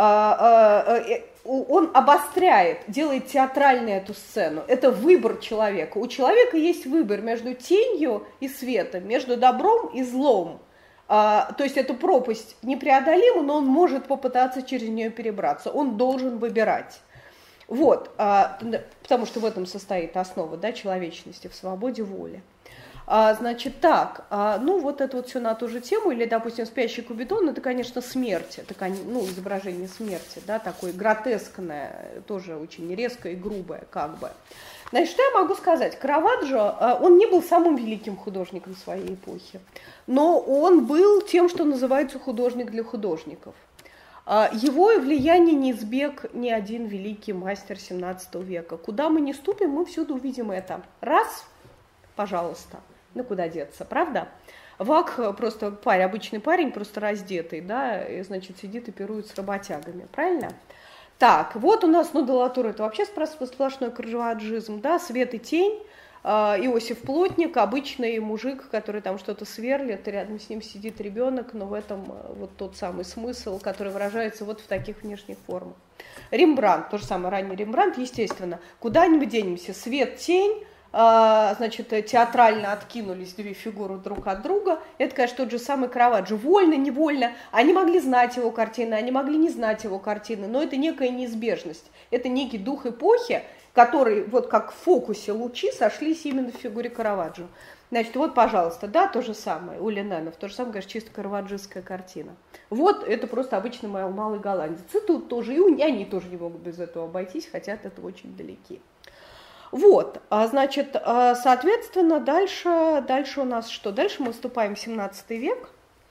Speaker 2: он обостряет, делает театральной эту сцену. Это выбор человека. У человека есть выбор между тенью и светом, между добром и злом. То есть эта пропасть непреодолима, но он может попытаться через нее перебраться. Он должен выбирать. Вот, потому что в этом состоит основа, да, человечности, в свободе воли. Значит, так, ну вот это вот все на ту же тему, или, допустим, «Спящий Купидон», это, конечно, смерть, это, ну, изображение смерти, да, такое гротескное, тоже очень резкое и грубое, как бы. Значит, что я могу сказать? Караваджо, он не был самым великим художником своей эпохи, но он был тем, что называется художник для художников. Его влияние не избег ни один великий мастер XVII века. Куда мы ни ступим, мы всюду увидим это. Раз, пожалуйста, ну куда деться, правда? Вакх просто обычный парень, просто раздетый, да, и, значит, сидит и пирует с работягами, правильно? Так, вот у нас, ну, Делатур, это вообще сплошной караваджизм, да, свет и тень. Иосиф Плотник, обычный мужик, который там что-то сверлит, и рядом с ним сидит ребенок, но в этом вот тот самый смысл, который выражается вот в таких внешних формах. Рембрандт, то же самое, ранний Рембрандт, естественно, куда-нибудь денемся, свет, тень, значит, театрально откинулись две фигуры друг от друга, это, конечно, тот же самый Караваджо, вольно, невольно, они могли знать его картины, они могли не знать его картины, но это некая неизбежность, это некий дух эпохи, которые вот как в фокусе лучи сошлись именно в фигуре Караваджо. Значит, вот, пожалуйста, да, то же самое, у Лененов, то же самое, конечно, чисто караваджистская картина. Вот, это просто обычный малый голландец. И тут тоже, и они тоже не могут без этого обойтись, хотя от этого очень далеки. Вот, значит, соответственно, дальше у нас что? Дальше мы вступаем в 17 век.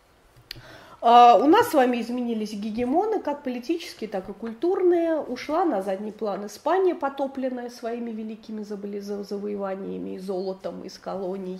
Speaker 2: У нас с вами изменились гегемоны, как политические, так и культурные. Ушла на задний план Испания, потопленная своими великими завоеваниями и золотом из колоний.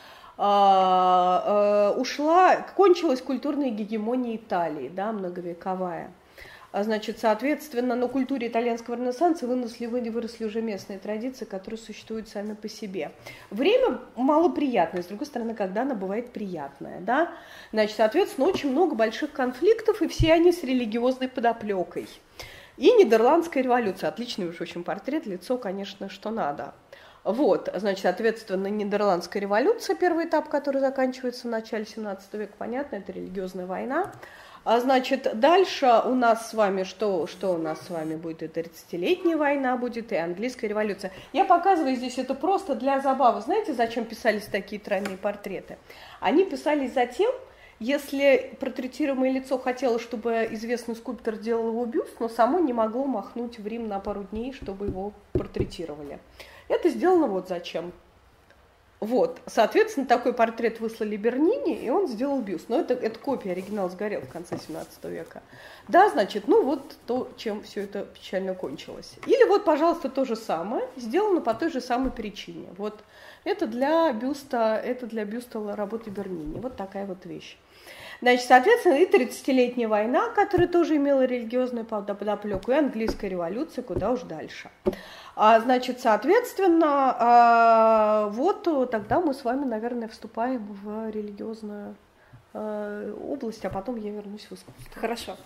Speaker 2: Кончилась культурная гегемония Италии, да, многовековая. Значит, соответственно, на культуре итальянского ренессанса выросли уже местные традиции, которые существуют сами по себе. Время малоприятное, с другой стороны, когда оно бывает приятное, да? Значит, соответственно, очень много больших конфликтов, и все они с религиозной подоплекой. И Нидерландская революция, отличный уж очень портрет, лицо, конечно, что надо. Вот, значит, соответственно, Нидерландская революция, первый этап, который заканчивается в начале 17 века, понятно, это религиозная война. Значит, дальше у нас с вами, что у нас с вами будет? И 30-летняя война будет, и английская революция. Я показываю здесь это просто для забавы. Знаете, зачем писались такие тройные портреты? Они писались затем, если портретируемое лицо хотело, чтобы известный скульптор делал его бюст, но само не могло махнуть в Рим на пару дней, чтобы его портретировали. Это сделано вот зачем. Вот, соответственно, такой портрет выслали Бернини, и он сделал бюст. Но это копия, оригинал сгорел в конце 17 века. Да, значит, ну вот то, чем все это печально кончилось. Или вот, пожалуйста, то же самое, сделано по той же самой причине. Вот это для бюста работы Бернини. Вот такая вот вещь. Значит, соответственно, и 30-летняя война, которая тоже имела религиозную подоплеку, и английская революция, куда уж дальше. Значит, соответственно, вот тогда мы с вами, наверное, вступаем в религиозную область, а потом я вернусь в искусство.
Speaker 3: Хорошо.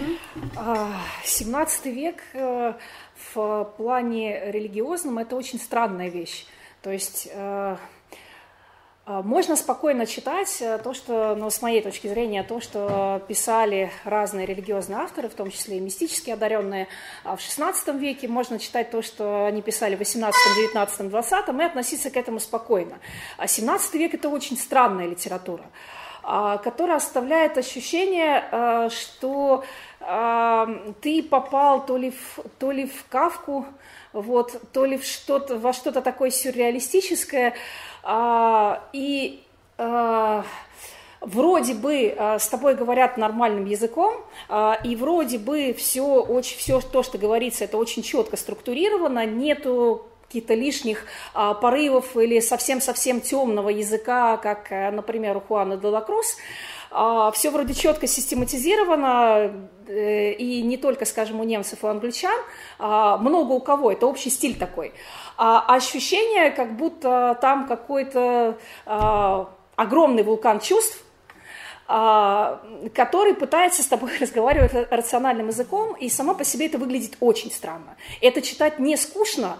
Speaker 3: 17 век в плане религиозном – это очень странная вещь. То есть можно спокойно читать то, что, ну, с моей точки зрения, то, что писали разные религиозные авторы, в том числе и мистически одаренные в XVI веке. Можно читать то, что они писали в XVIII, XIX, XX, и относиться к этому спокойно. А XVII век – это очень странная литература, которая оставляет ощущение, что ты попал то ли в Кафку, вот, то ли во что-то такое сюрреалистическое, и вроде бы с тобой говорят нормальным языком, и вроде бы все то, что говорится, это очень четко структурировано, нету каких-то лишних порывов или совсем-совсем темного языка, как, например, у Хуана де ла Крус. Все вроде четко систематизировано, и не только, скажем, у немцев и у англичан, много у кого, это общий стиль такой. Ощущение, как будто там какой-то огромный вулкан чувств, который пытается с тобой разговаривать рациональным языком, и само по себе это выглядит очень странно. Это читать не скучно,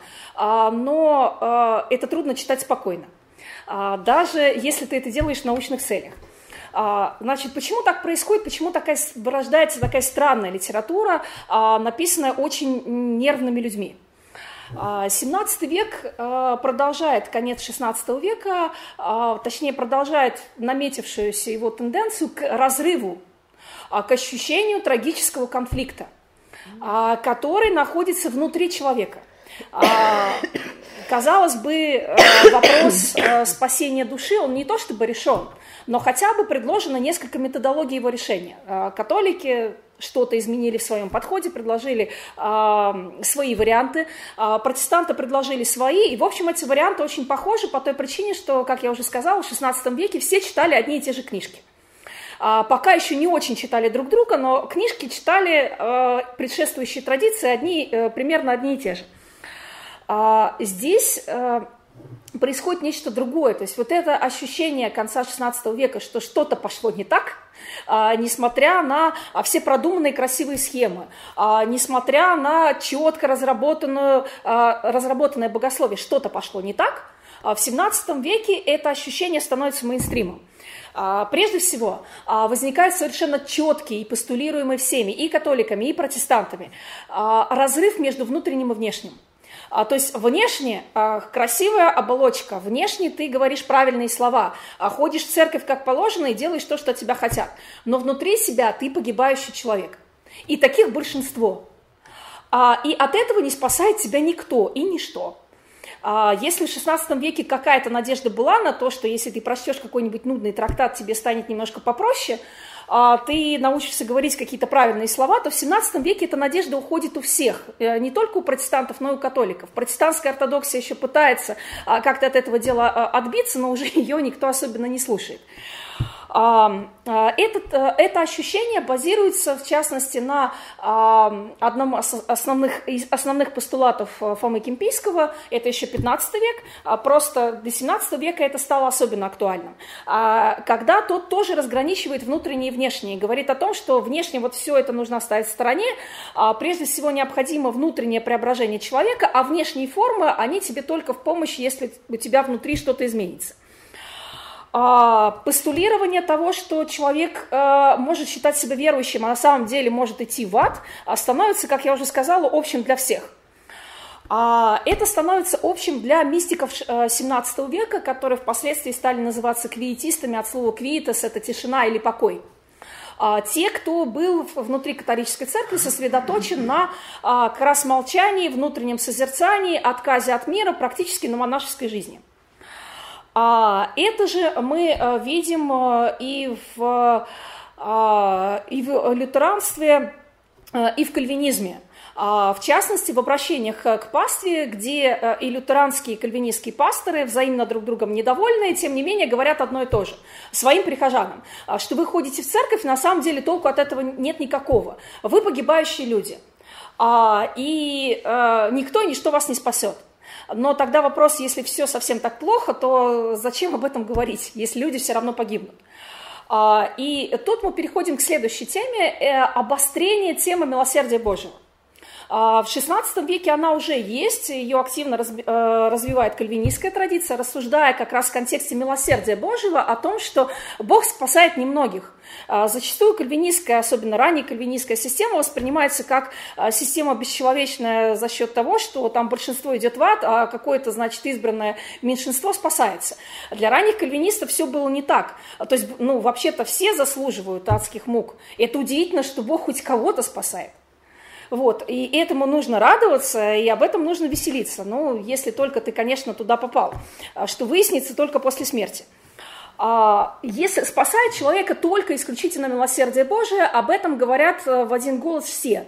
Speaker 3: но это трудно читать спокойно, даже если ты это делаешь в научных целях. Значит, почему так происходит, почему рождается такая странная литература, написанная очень нервными людьми? 17 век продолжает, конец 16 века, точнее продолжает наметившуюся его тенденцию к разрыву, к ощущению трагического конфликта, который находится внутри человека. Казалось бы, вопрос спасения души, он не то чтобы решен, но хотя бы предложено несколько методологий его решения. Католики что-то изменили в своем подходе, предложили свои варианты, протестанты предложили свои, и, в общем, эти варианты очень похожи по той причине, что, как я уже сказала, в XVI веке все читали одни и те же книжки. Пока еще не очень читали друг друга, но книжки читали предшествующие традиции примерно одни и те же. Здесь происходит нечто другое, то есть вот это ощущение конца XVI века, что что-то пошло не так, несмотря на все продуманные красивые схемы, несмотря на четко разработанное богословие, что-то пошло не так, в XVII веке это ощущение становится мейнстримом. Прежде всего, возникает совершенно четкий и постулируемый всеми, и католиками, и протестантами, разрыв между внутренним и внешним. То есть внешне красивая оболочка, внешне ты говоришь правильные слова, ходишь в церковь как положено и делаешь то, что от тебя хотят. Но внутри себя ты погибающий человек. И таких большинство. И от этого не спасает тебя никто и ничто. Если в XVI веке какая-то надежда была на то, что если ты прочтешь какой-нибудь нудный трактат, тебе станет немножко попроще, ты научишься говорить какие-то правильные слова, то в XVII веке эта надежда уходит у всех, не только у протестантов, но и у католиков. Протестантская ортодоксия еще пытается как-то от этого дела отбиться, но уже ее никто особенно не слушает. Это ощущение базируется, в частности, на одном из основных постулатов Фомы Кемпийского, это еще 15 век, просто до 17 века это стало особенно актуальным, когда тот тоже разграничивает внутреннее и внешнее, говорит о том, что внешне вот все это нужно оставить в стороне, прежде всего необходимо внутреннее преображение человека, а внешние формы, они тебе только в помощь, если у тебя внутри что-то изменится. Постулирование того, что человек может считать себя верующим, а на самом деле может идти в ад, становится, как я уже сказала, общим для всех. Это становится общим для мистиков XVII века, которые впоследствии стали называться квиетистами, от слова «квиетас» — это тишина или покой. Те, кто был внутри католической церкви, сосредоточен на как раз молчании, внутреннем созерцании, отказе от мира, практически на монашеской жизни. Это же мы видим и в лютеранстве, и в кальвинизме. В частности, в обращениях к пастве, где и лютеранские, и кальвинистские пасторы взаимно друг другом недовольны, тем не менее говорят одно и то же своим прихожанам, что вы ходите в церковь, на самом деле толку от этого нет никакого. Вы погибающие люди, и никто и ничто вас не спасет. Но тогда вопрос, если все совсем так плохо, то зачем об этом говорить, если люди все равно погибнут? И тут мы переходим к следующей теме, обострение темы милосердия Божьего. В XVI веке она уже есть, ее активно развивает кальвинистская традиция, рассуждая как раз в контексте милосердия Божьего о том, что Бог спасает немногих. Зачастую кальвинистская, особенно ранняя кальвинистская система воспринимается как система бесчеловечная за счет того, что там большинство идет в ад, а какое-то, значит, избранное меньшинство спасается. Для ранних кальвинистов все было не так. То есть, вообще-то все заслуживают адских мук. Это удивительно, что Бог хоть кого-то спасает. Вот, и этому нужно радоваться, и об этом нужно веселиться. Если только ты, конечно, туда попал, что выяснится только после смерти. Если спасает человека только исключительно милосердие Божие, об этом говорят в один голос все.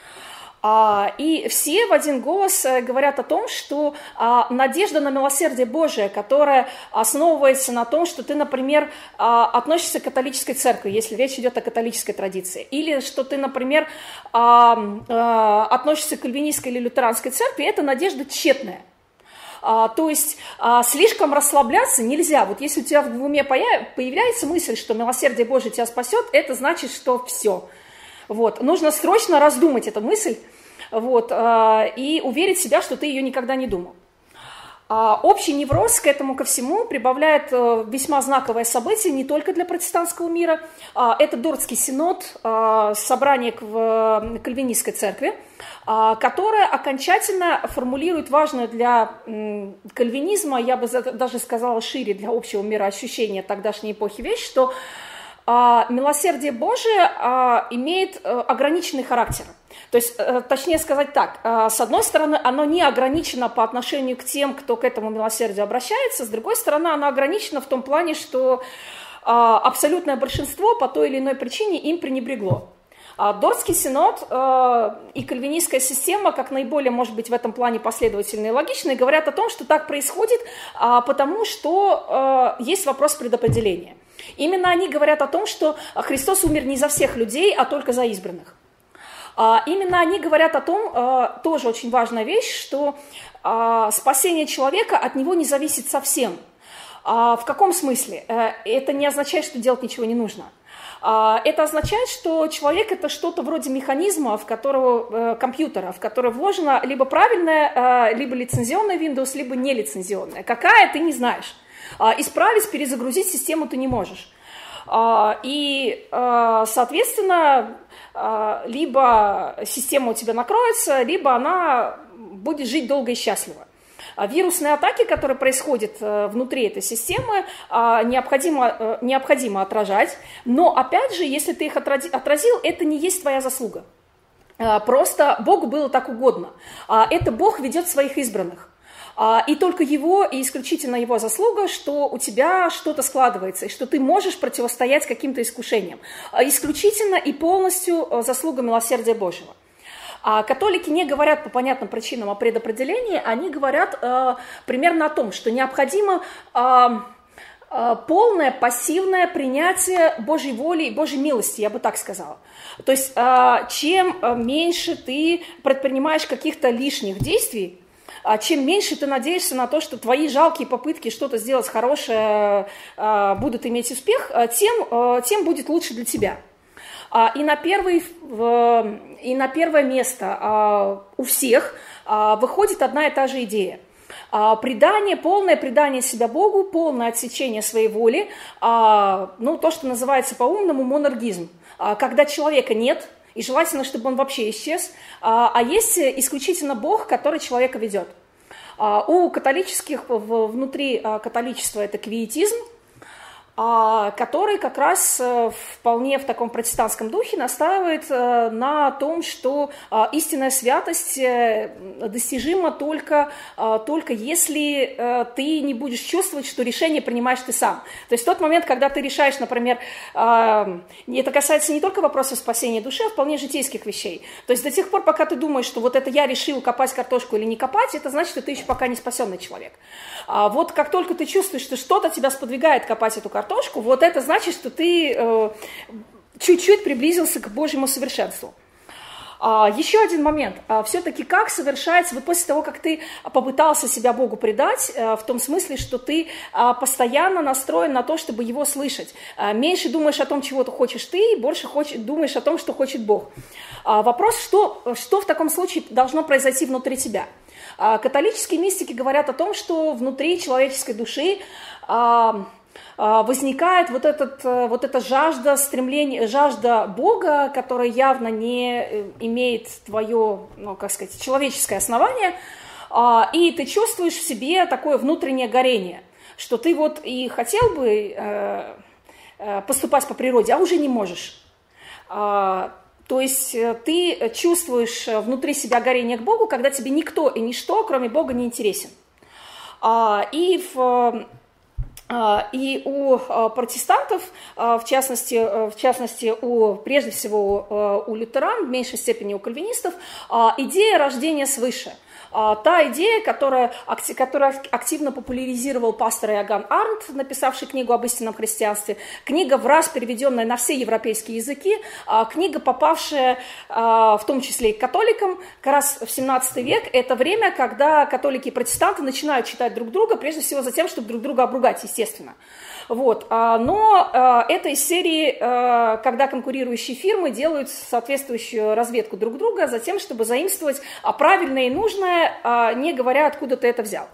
Speaker 3: И все в один голос говорят о том, что надежда на милосердие Божие, которая основывается на том, что ты, например, относишься к католической церкви, если речь идет о католической традиции, или что ты, например, относишься к кальвинистской или лютеранской церкви, это надежда тщетная. То есть слишком расслабляться нельзя. Вот если у тебя в уме появляется мысль, что милосердие Божие тебя спасет, это значит, что все. Вот. Нужно срочно раздумать эту мысль, и уверить себя, что ты ее никогда не думал. Общий невроз к этому ко всему прибавляет весьма знаковое событие не только для протестантского мира. Это Дортский синод, собрание в кальвинистской церкви, которое окончательно формулирует важную для кальвинизма, я бы даже сказала шире, для общего мироощущения тогдашней эпохи вещь, что милосердие Божие имеет ограниченный характер. То есть, точнее сказать так, с одной стороны, оно не ограничено по отношению к тем, кто к этому милосердию обращается, с другой стороны, оно ограничено в том плане, что абсолютное большинство по той или иной причине им пренебрегло. Дортский синод и кальвинистская система, как наиболее, может быть, в этом плане последовательные и логичные, говорят о том, что так происходит, потому что есть вопрос предопределения. Именно они говорят о том, что Христос умер не за всех людей, а только за избранных. Именно они говорят о том, тоже очень важная вещь, что спасение человека от него не зависит совсем. В каком смысле? Это не означает, что делать ничего не нужно. Это означает, что человек – это что-то вроде механизма, компьютера, в который вложена либо правильная, либо лицензионная Windows, либо нелицензионная. Какая, ты не знаешь. Исправить, перезагрузить систему ты не можешь. И, соответственно, либо система у тебя накроется, либо она будет жить долго и счастливо. Вирусные атаки, которые происходят внутри этой системы, необходимо отражать. Но, опять же, если ты их отразил, это не есть твоя заслуга. Просто Богу было так угодно. Это Бог ведет своих избранных. И только его, и исключительно его заслуга, что у тебя что-то складывается, и что ты можешь противостоять каким-то искушениям. Исключительно и полностью заслуга милосердия Божьего. Католики не говорят по понятным причинам о предопределении, они говорят примерно о том, что необходимо полное пассивное принятие Божьей воли и Божьей милости, я бы так сказала. То есть чем меньше ты предпринимаешь каких-то лишних действий, чем меньше ты надеешься на то, что твои жалкие попытки что-то сделать хорошее будут иметь успех, тем будет лучше для тебя. И на первое место у всех выходит одна и та же идея. Полное предание себя Богу, полное отсечение своей воли, то, что называется по-умному монаргизм, когда человека нет, и желательно, чтобы он вообще исчез, а есть исключительно Бог, который человека ведет. У католических, внутри католичества это квиетизм, который как раз вполне в таком протестантском духе настаивает на том, что истинная святость достижима только если ты не будешь чувствовать, что решение принимаешь ты сам. То есть в тот момент, когда ты решаешь, например, это касается не только вопроса спасения души, а вполне житейских вещей. То есть до тех пор, пока ты думаешь, что вот это я решил копать картошку или не копать, это значит, что ты еще пока не спасенный человек. Вот как только ты чувствуешь, что что-то тебя сподвигает копать эту картошку, вот это значит, что ты чуть-чуть приблизился к Божьему совершенству. Еще один момент. Все-таки как совершается, вот после того, как ты попытался себя Богу предать, в том смысле, что ты постоянно настроен на то, чтобы Его слышать. Меньше думаешь о том, чего ты хочешь ты, больше думаешь о том, что хочет Бог. Вопрос, что в таком случае должно произойти внутри тебя? Католические мистики говорят о том, что внутри человеческой души возникает вот эта жажда, стремление, жажда Бога, которая явно не имеет твое, человеческое основание, и ты чувствуешь в себе такое внутреннее горение, что ты вот и хотел бы поступать по природе, а уже не можешь. То есть ты чувствуешь внутри себя горение к Богу, когда тебе никто и ничто, кроме Бога, не интересен. И у протестантов, в частности, прежде всего у лютеран, в меньшей степени у кальвинистов, идея рождения свыше. Та идея, которую активно популяризировал пастор Иоганн Арндт, написавший книгу об истинном христианстве, книга, враз переведенная на все европейские языки, книга, попавшая в том числе и к католикам, как раз в 17 век, это время, когда католики и протестанты начинают читать друг друга, прежде всего за тем, чтобы друг друга обругать, естественно. Вот. Но это из серии, когда конкурирующие фирмы делают соответствующую разведку друг друга за тем, чтобы заимствовать правильное и нужное, не говоря, откуда ты это взял.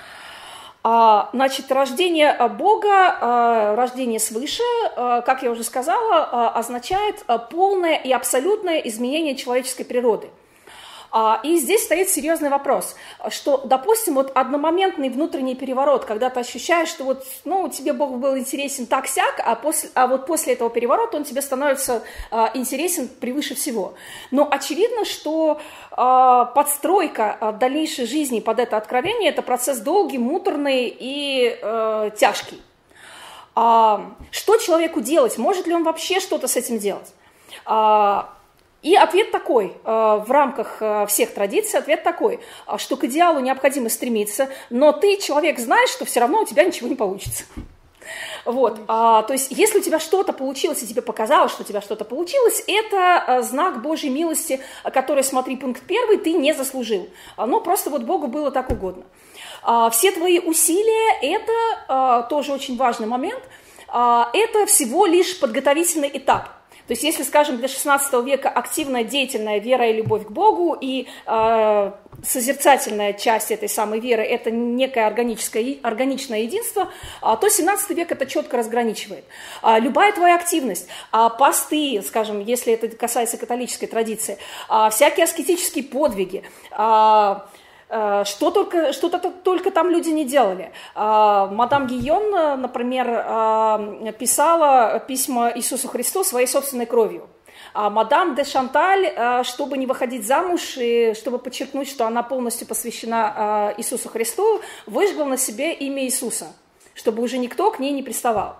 Speaker 3: Значит, рождение Бога, рождение свыше, как я уже сказала, означает полное и абсолютное изменение человеческой природы. И здесь стоит серьезный вопрос, что, допустим, вот одномоментный внутренний переворот, когда ты ощущаешь, что вот, тебе Бог был интересен так-сяк, а вот после этого переворота он тебе становится интересен превыше всего. Но очевидно, что подстройка дальнейшей жизни под это откровение – это процесс долгий, муторный и тяжкий. Что человеку делать? Может ли он вообще что-то с этим делать? И ответ такой, в рамках всех традиций, ответ такой, что к идеалу необходимо стремиться, но ты, человек, знаешь, что все равно у тебя ничего не получится. Вот, то есть, если у тебя что-то получилось, и тебе показалось, что у тебя что-то получилось, это знак Божьей милости, который, смотри, пункт 1, ты не заслужил. Просто вот Богу было так угодно. Все твои усилия, это тоже очень важный момент, это всего лишь подготовительный этап. То есть, если, скажем, для XVI века активная, деятельная вера и любовь к Богу, и созерцательная часть этой самой веры – это некое органичное единство, то XVII век это четко разграничивает. Любая твоя активность, посты, скажем, если это касается католической традиции, всякие аскетические подвиги, что только там люди не делали. Мадам Гийон, например, писала письма Иисусу Христу своей собственной кровью. Мадам де Шанталь, чтобы не выходить замуж и чтобы подчеркнуть, что она полностью посвящена Иисусу Христу, выжгла на себе имя Иисуса, чтобы уже никто к ней не приставал.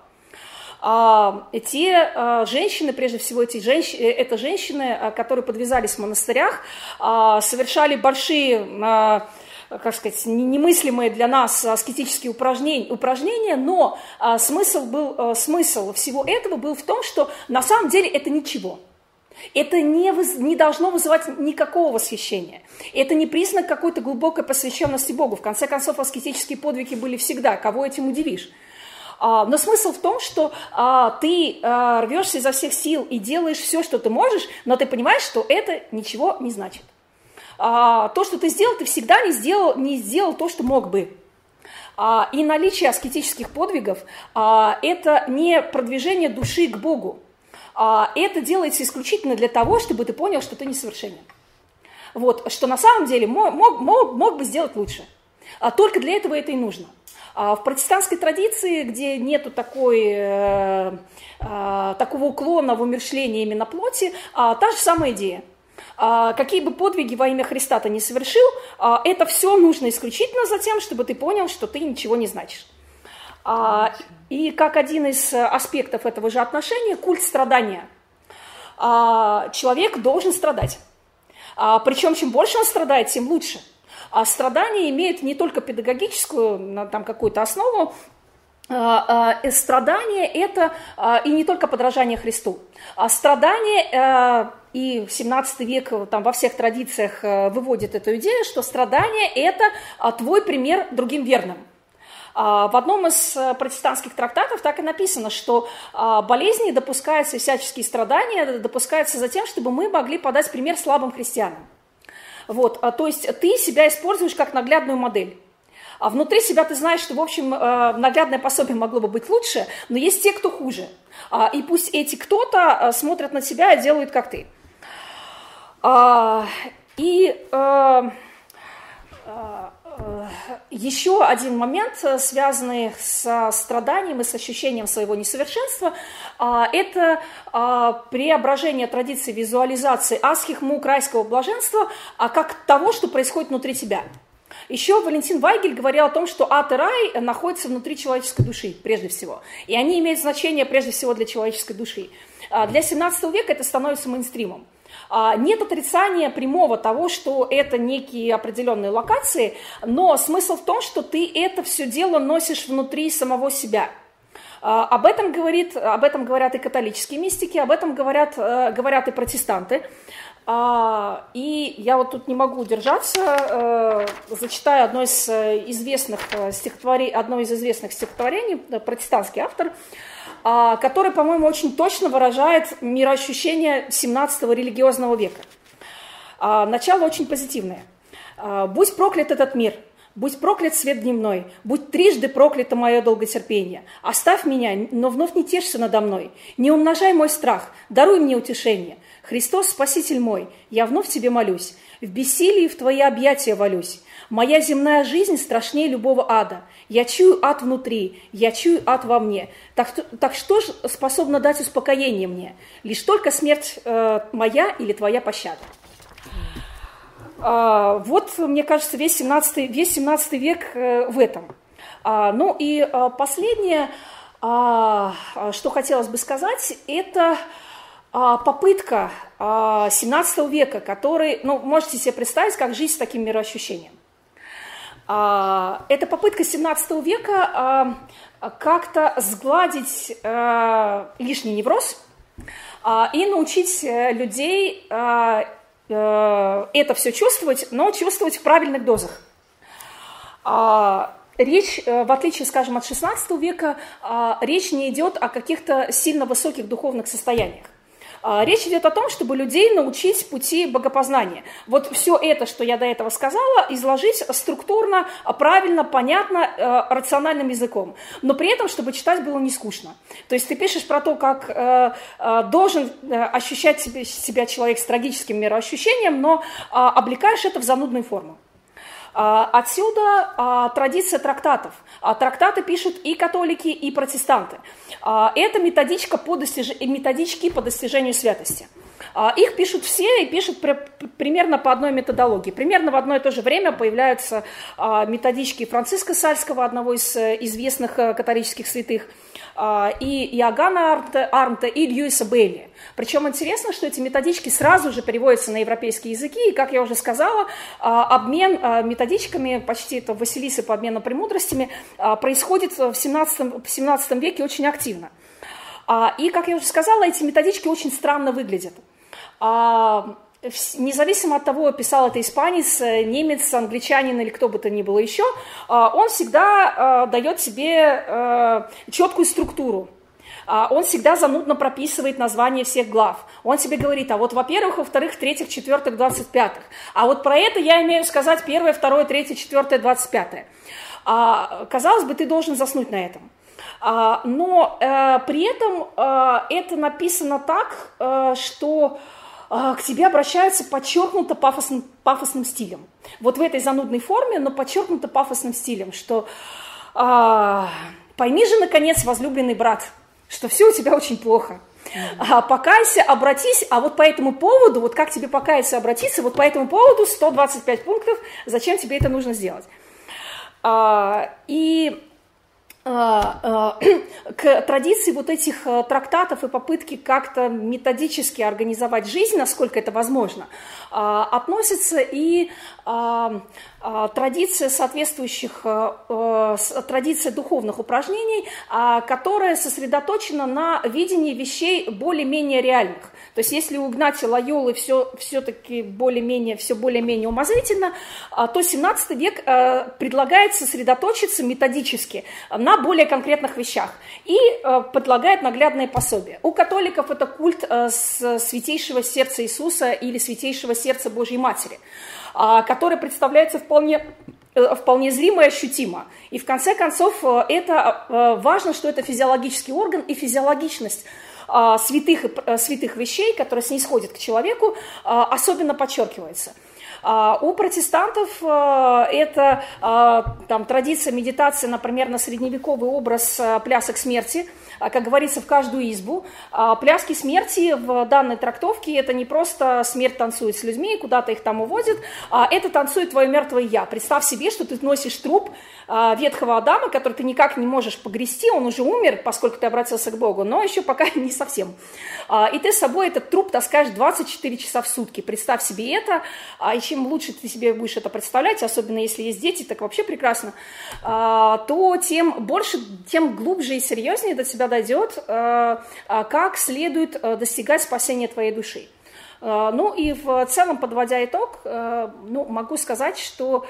Speaker 3: Те женщины, прежде всего это женщины, которые подвязались в монастырях, совершали большие, немыслимые для нас аскетические упражнения, но смысл всего этого был в том, что на самом деле это ничего. Это не должно вызывать никакого восхищения. Это не признак какой-то глубокой посвященности Богу. В конце концов, аскетические подвиги были всегда. Кого этим удивишь? Но смысл в том, что ты рвешься изо всех сил и делаешь все, что ты можешь, но ты понимаешь, что это ничего не значит. То, что ты сделал, ты всегда не сделал то, что мог бы. И наличие аскетических подвигов – это не продвижение души к Богу. Это делается исключительно для того, чтобы ты понял, что ты несовершенен. Вот, что на самом деле мог бы сделать лучше. Только для этого это и нужно. В протестантской традиции, где нету такого уклона в умерщвление именно плоти, та же самая идея. Какие бы подвиги во имя Христа ты не совершил, это все нужно исключительно за тем, чтобы ты понял, что ты ничего не значишь. И как один из аспектов этого же отношения, культ страдания. Человек должен страдать. Причем, чем больше он страдает, тем лучше. Страдание имеет не только педагогическую там, какую-то основу, страдание – это и не только подражание Христу. Страдание, и 17 век там, во всех традициях выводит эту идею, что страдание – это твой пример другим верным. В одном из протестантских трактатов так и написано, что болезни допускаются, всяческие страдания допускаются за тем, чтобы мы могли подать пример слабым христианам. Вот, то есть ты себя используешь как наглядную модель. А внутри себя ты знаешь, что, в общем, наглядное пособие могло бы быть лучше, но есть те, кто хуже. И пусть эти кто-то смотрят на тебя и делают, как ты. Еще один момент, связанный со страданием и с ощущением своего несовершенства, это преображение традиции визуализации асхих мук райского блаженства, как того, что происходит внутри тебя. Еще Валентин Вайгель говорил о том, что ад и рай находятся внутри человеческой души, прежде всего. И они имеют значение, прежде всего, для человеческой души. Для 17 века это становится мейнстримом. Нет отрицания прямого того, что это некие определенные локации, но смысл в том, что ты это все дело носишь внутри самого себя. Об этом говорят и католические мистики, об этом говорят и протестанты. И я вот тут не могу удержаться, зачитаю одно из известных стихотворений, протестантский автор, который, по-моему, очень точно выражает мироощущение 17-го религиозного века. Начало очень позитивное. «Будь проклят этот мир, будь проклят свет дневной, будь трижды проклято мое долготерпение. Оставь меня, но вновь не тешься надо мной. Не умножай мой страх, даруй мне утешение. Христос, Спаситель мой, я вновь тебе молюсь. В бессилии в твои объятия валюсь. Моя земная жизнь страшнее любого ада. Я чую ад внутри, я чую ад во мне. Так что ж способно дать успокоение мне? Лишь только смерть моя или твоя пощада». Вот, мне кажется, весь 17 век в этом. Ну и последнее, что хотелось бы сказать, это попытка 17 века, который, можете себе представить, как жизнь с таким мироощущением. Это попытка 17 века как-то сгладить лишний невроз и научить людей это все чувствовать, но чувствовать в правильных дозах. Речь, в отличие, скажем, от 16 века, речь не идет о каких-то сильно высоких духовных состояниях. Речь идет о том, чтобы людей научить пути богопознания. Вот все это, что я до этого сказала, изложить структурно, правильно, понятно, рациональным языком. Но при этом, чтобы читать было не скучно. То есть ты пишешь про то, как должен ощущать себя человек с трагическим мироощущением, но облекаешь это в занудную форму. Отсюда традиция трактатов. Трактаты пишут и католики, и протестанты. Это методички по достижению святости. Их пишут все и пишут примерно по одной методологии. Примерно в одно и то же время появляются методички Франциска Сальского, одного из известных католических святых, и Иоганна Арнта, и Льюиса Бейли. Причем интересно, что эти методички сразу же переводятся на европейские языки, и, как я уже сказала, обмен методичками, почти это Василисы по обмену премудростями, происходит в 17 веке очень активно. И, как я уже сказала, эти методички очень странно выглядят. Независимо от того, писал это испанец, немец, англичанин или кто бы то ни было еще, он всегда дает себе четкую структуру. Он всегда занудно прописывает название всех глав. Он себе говорит, а вот во-первых, во-вторых, в-третьих, в-четвертых, 25-х. А вот про это я имею сказать 1, 2, 3, 4, 25. Казалось бы, ты должен заснуть на этом. Но при этом это написано так, что к тебе обращаются подчеркнуто пафосным стилем. Вот в этой занудной форме, но подчеркнуто пафосным стилем, что Пойми же, наконец, возлюбленный брат, что все у тебя очень плохо. Покайся, обратись, а вот по этому поводу, вот как тебе покаяться, обратиться, вот по этому поводу 125 пунктов, зачем тебе это нужно сделать. К традиции вот этих трактатов и попытки как-то методически организовать жизнь, насколько это возможно, относится и традиция соответствующих, традиция духовных упражнений, которая сосредоточена на видении вещей более-менее реальных. То есть если у Игнатия Лойолы все-таки все более-менее умозрительно, то 17 век предлагает сосредоточиться методически на более конкретных вещах и предлагает наглядное пособие. У католиков это культ Святейшего Сердца Иисуса или Святейшего Сердца Божьей Матери, которое представляется вполне зримо и ощутимо. И в конце концов это важно, что это физиологический орган, и физиологичность святых вещей, которые снисходят к человеку, особенно подчеркивается. У протестантов это традиция медитации, например, на средневековый образ плясок смерти, как говорится, в каждую избу. Пляски смерти в данной трактовке – это не просто смерть танцует с людьми, куда-то их там уводят, это танцует твое мертвое «я». Представь себе, что ты носишь труп ветхого Адама, который ты никак не можешь погрести, он уже умер, поскольку ты обратился к Богу, но еще пока не совсем. И ты с собой этот труп таскаешь 24 часа в сутки. Представь себе это, и чем лучше ты себе будешь это представлять, особенно если есть дети, так вообще прекрасно, то тем больше, тем глубже и серьезнее до тебя дойдет, как следует достигать спасения твоей души. Ну и в целом, подводя итог, могу сказать, что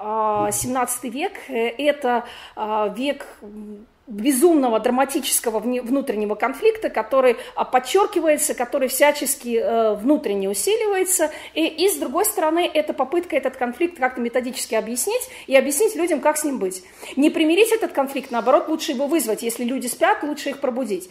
Speaker 3: 17 век – это век безумного драматического внутреннего конфликта, который подчеркивается, который всячески внутренне усиливается. И с другой стороны, это попытка этот конфликт как-то методически объяснить и объяснить людям, как с ним быть. Не примирить этот конфликт, наоборот, лучше его вызвать. Если люди спят, лучше их пробудить.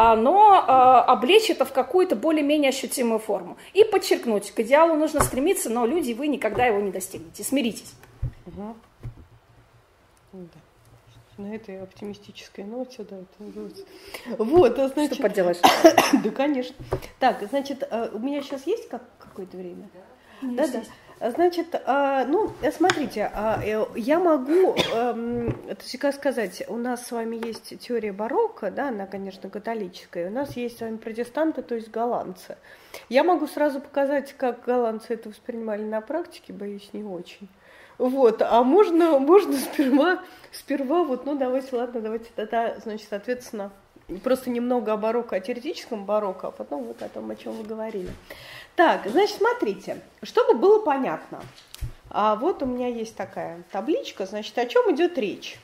Speaker 3: Но облечь это в какую-то более-менее ощутимую форму. И подчеркнуть, к идеалу нужно стремиться, но люди, вы никогда его не достигнете. Смиритесь.
Speaker 2: Угу. Да. На этой оптимистической ноте, да, это называется. Вот, значит...
Speaker 3: Что поделаешь?
Speaker 2: Да, конечно. Так, значит, у меня сейчас есть какое-то время? Да. Значит, смотрите, я могу, как сказать, у нас с вами есть теория барокко, да, она, конечно, католическая, у нас есть с вами протестанты, то есть голландцы. Я могу сразу показать, как голландцы это воспринимали на практике, боюсь, не очень. Вот, а можно сперва вот, давайте тогда, значит, соответственно, просто немного о барокко, о теоретическом барокко, а потом вот о том, о чем вы говорили. Так, значит, смотрите, чтобы было понятно, вот у меня есть такая табличка, значит, о чем идет речь.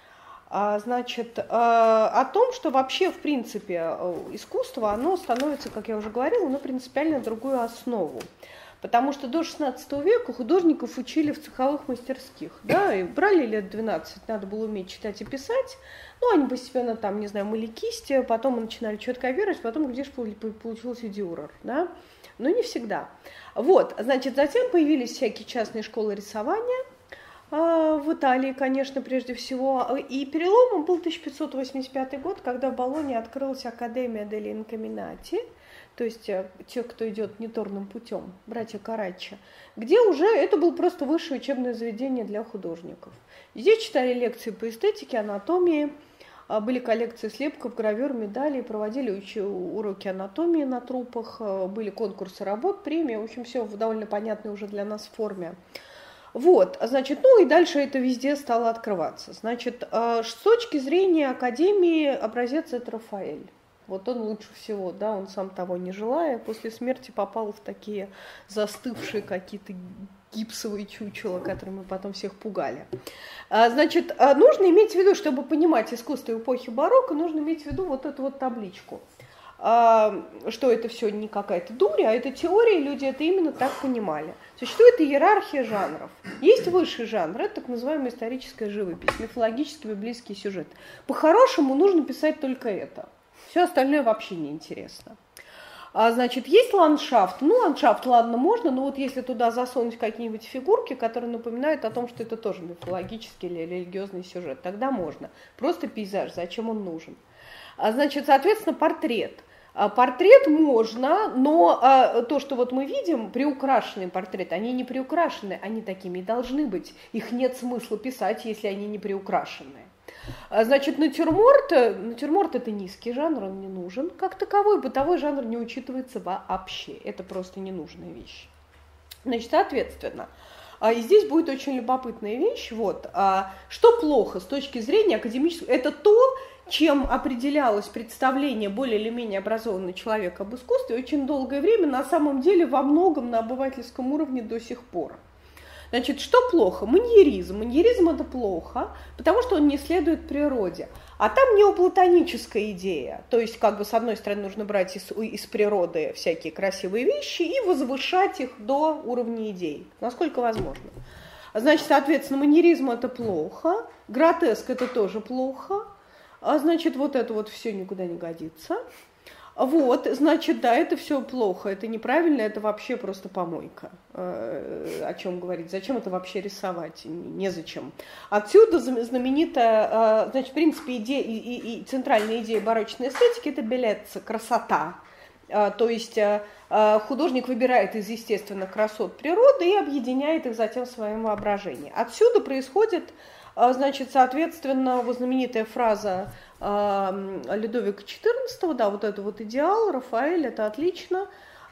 Speaker 2: Значит, о том, что вообще, в принципе, искусство, оно становится, как я уже говорила, принципиально другую основу. Потому что до 16 века художников учили в цеховых мастерских, да, и брали лет 12, надо было уметь читать и писать, они постепенно там, не знаю, мыли кисти, потом начинали что-то копировать, потом, где же получился дюрер, да, но не всегда. Вот, значит, затем появились всякие частные школы рисования, в Италии, конечно, прежде всего, и переломом был 1585 год, когда в Болонье открылась Академия делли Инкаминати, то есть те, кто идет неторным путем, братья Караччо, где уже это было просто высшее учебное заведение для художников. Здесь читали лекции по эстетике, анатомии, были коллекции слепков, гравюр, медалей, проводили уроки анатомии на трупах, были конкурсы работ, премии, в общем, все в довольно понятной уже для нас форме. Вот, значит, и дальше это везде стало открываться. Значит, с точки зрения академии образец это Рафаэль. Вот он лучше всего, да, он сам того не желая, после смерти попал в такие застывшие какие-то гипсовые чучела, которыми потом всех пугали. Значит, нужно иметь в виду, чтобы понимать искусство эпохи барокко, нужно иметь в виду вот эту вот табличку, что это все не какая-то дурь, а это теория, люди это именно так понимали. Существует иерархия жанров. Есть высший жанр, это так называемая историческая живопись, мифологический библейский сюжет. По-хорошему нужно писать только это. Все остальное вообще не интересно. Значит, есть ландшафт. Ну, ландшафт, ладно, можно, но вот если туда засунуть какие-нибудь фигурки, которые напоминают о том, что это тоже мифологический или религиозный сюжет, тогда можно. Просто пейзаж, зачем он нужен? Значит, соответственно, портрет. Портрет можно, но то, что вот мы видим, приукрашенные портреты, они не приукрашены, они такими и должны быть. Их нет смысла писать, если они не приукрашенные. Значит, натюрморт это низкий жанр, он не нужен. Как таковой бытовой жанр не учитывается вообще. Это просто ненужная вещь. Значит, соответственно, и здесь будет очень любопытная вещь. Вот, что плохо с точки зрения академического, это то, чем определялось представление более или менее образованного человека об искусстве очень долгое время, на самом деле во многом на обывательском уровне до сих пор. Значит, что плохо? Маньеризм. Маньеризм – это плохо, потому что он не следует природе. А там неоплатоническая идея. То есть, как бы, с одной стороны, нужно брать из природы всякие красивые вещи и возвышать их до уровня идей, насколько возможно. Значит, соответственно, маньеризм – это плохо, гротеск – это тоже плохо. Значит, вот это вот все никуда не годится. Вот, значит, да, это все плохо, это неправильно, это вообще просто помойка. О чем говорить? Зачем это вообще рисовать? Незачем. Отсюда знаменитая, значит, в принципе, идея и центральная идея барочной эстетики – это беллезza, красота. То есть художник выбирает из естественных красот природы и объединяет их затем в своем воображении. Отсюда происходит, значит, соответственно, знаменитая фраза Людовика XIV, да, вот это вот идеал, Рафаэль, это отлично.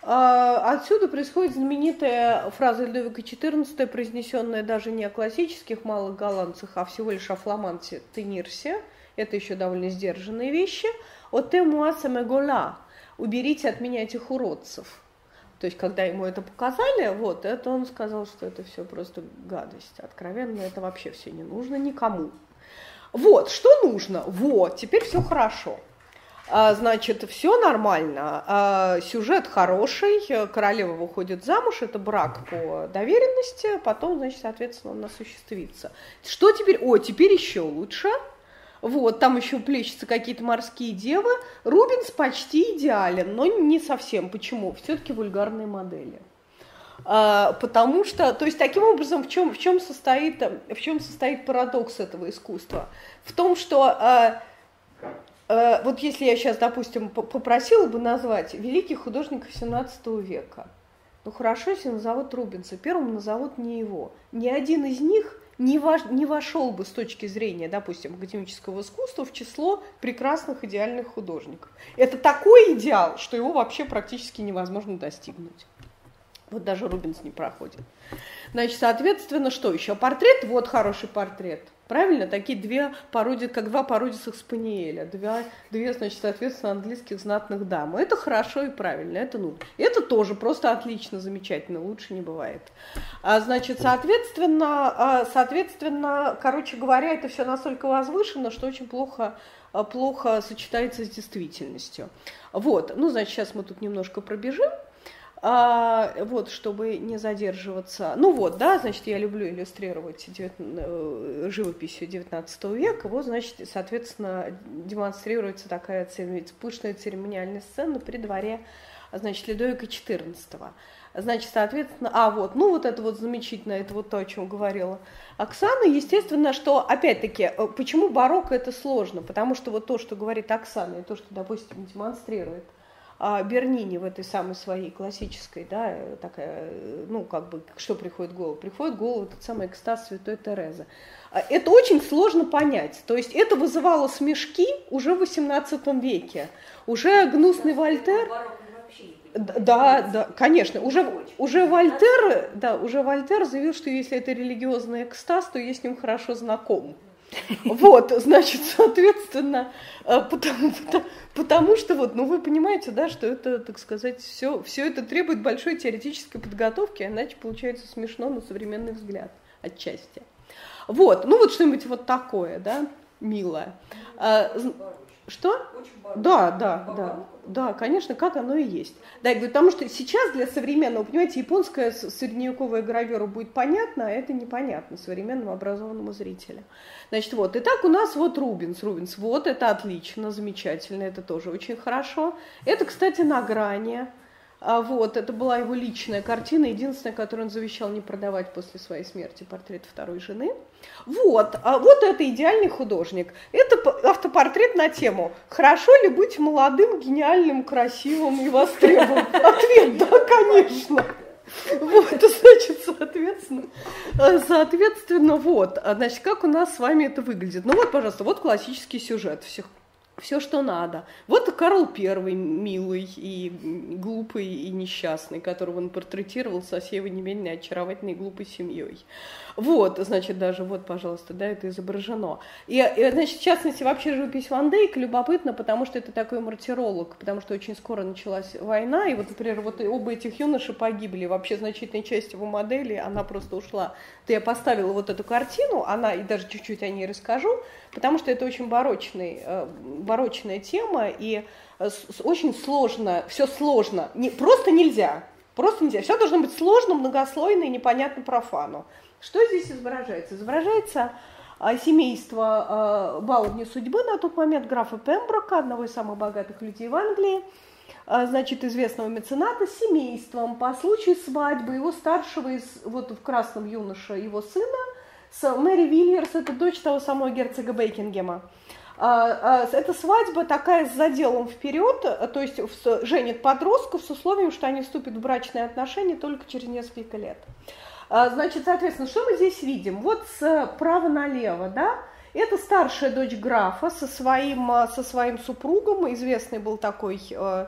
Speaker 2: Отсюда происходит знаменитая фраза Людовика XIV, произнесенная даже не о классических малых голландцах, а всего лишь о фламандце Тенирсе. Это еще довольно сдержанные вещи. «Ôtez-moi ces mégots-là», «уберите от меня этих уродцев». То есть, когда ему это показали, вот, это он сказал, что это все просто гадость. Откровенно, это вообще все не нужно никому. Вот, что нужно? Вот, теперь все хорошо. Значит, все нормально. Сюжет хороший, королева выходит замуж, это брак по доверенности, потом, значит, соответственно, он осуществится. Что теперь? О, теперь еще лучше. Вот, там еще плещутся какие-то морские девы. Рубенс почти идеален, но не совсем. Почему? Все-таки вульгарные модели. Потому что, то есть, таким образом, в чем состоит парадокс этого искусства? В том, что вот если я сейчас, допустим, попросила бы назвать великих художников XVII века, ну хорошо, если назовут Рубенса, первым назовут не его. Ни один из них не вошел бы с точки зрения, допустим, академического искусства в число прекрасных идеальных художников. Это такой идеал, что его вообще практически невозможно достигнуть. Вот даже Рубенс не проходит. Значит, соответственно, что еще? Портрет, вот хороший портрет. Правильно? Такие две пародии, как два пародисах спаниеля. Две, значит, соответственно, английских знатных дамы. Это хорошо и правильно, это нужно. Это тоже просто отлично, замечательно, лучше не бывает. Значит, соответственно, короче говоря, это все настолько возвышено, что очень плохо сочетается с действительностью. Вот, ну, значит, сейчас мы тут немножко пробежим. Вот, чтобы не задерживаться. Ну вот, да, значит, я люблю иллюстрировать живописью XIX века. Вот, значит, соответственно, демонстрируется такая пышная церемониальная сцена при дворе, значит, Людовика XIV. Значит, соответственно, вот, ну вот это вот замечательно, это вот то, о чем говорила Оксана. Естественно, что, опять-таки, почему барокко это сложно? Потому что вот то, что говорит Оксана, и то, что, допустим, демонстрирует Бернини в этой самой своей классической, да, такая, ну, как бы, что приходит в голову? Приходит в голову этот самый экстаз Святой Терезы. Это очень сложно понять. То есть это вызывало смешки уже в XVIII веке. Уже гнусный Вольтер... Да, конечно. Уже Вольтер заявил, что если это религиозный экстаз, то я с ним хорошо знаком. Вот, значит, соответственно, потому что, вот, ну, вы понимаете, да, что это, так сказать, все это требует большой теоретической подготовки, иначе получается смешно на современный взгляд, отчасти. Вот, ну, вот что-нибудь вот такое, да, милое. Что? Да, конечно, как оно и есть. Да, я говорю, потому что сейчас для современного, понимаете, японская средневековая гравюра будет понятна, а это непонятно современному образованному зрителю. Значит, вот, итак, у нас вот Рубенс, вот, это отлично, замечательно, это тоже очень хорошо. Это, кстати, на грани. Вот, это была его личная картина, единственная, которую он завещал не продавать после своей смерти, портрет второй жены. Вот, вот это идеальный художник. Это автопортрет на тему «Хорошо ли быть молодым, гениальным, красивым и востребованным?» Ответ «Да, конечно». Вот, значит, соответственно, вот, значит, как у нас с вами это выглядит. Ну вот, пожалуйста, вот классический сюжет все, что надо. Вот Карл I, милый и глупый и несчастный, которого он портретировал со всей его немедленной очаровательной глупой семьей. Вот, значит, даже вот, пожалуйста, да, это изображено. И, значит, в частности, вообще живопись Ван Дейка любопытна, потому что это такой мартиролог, потому что очень скоро началась война, и вот, например, вот оба этих юноши погибли, вообще значительная часть его модели, она просто ушла. То я поставила вот эту картину, и даже чуть-чуть о ней расскажу, потому что это очень барочная тема, и очень сложно, все сложно, просто нельзя, все должно быть сложно, многослойно и непонятно профану. Что здесь изображается? Изображается семейство баловни судьбы на тот момент графа Пемброка, одного из самых богатых людей в Англии, значит, известного мецената, с семейством по случаю свадьбы его старшего, вот в красном юноше, его сына, с Мэри Вильерс, это дочь того самого герцога Бекингема. Эта свадьба такая с заделом вперед, то есть женит подростков с условием, что они вступят в брачные отношения только через несколько лет. Значит, соответственно, что мы здесь видим? Вот справа налево, да, это старшая дочь графа со своим супругом, известный был такой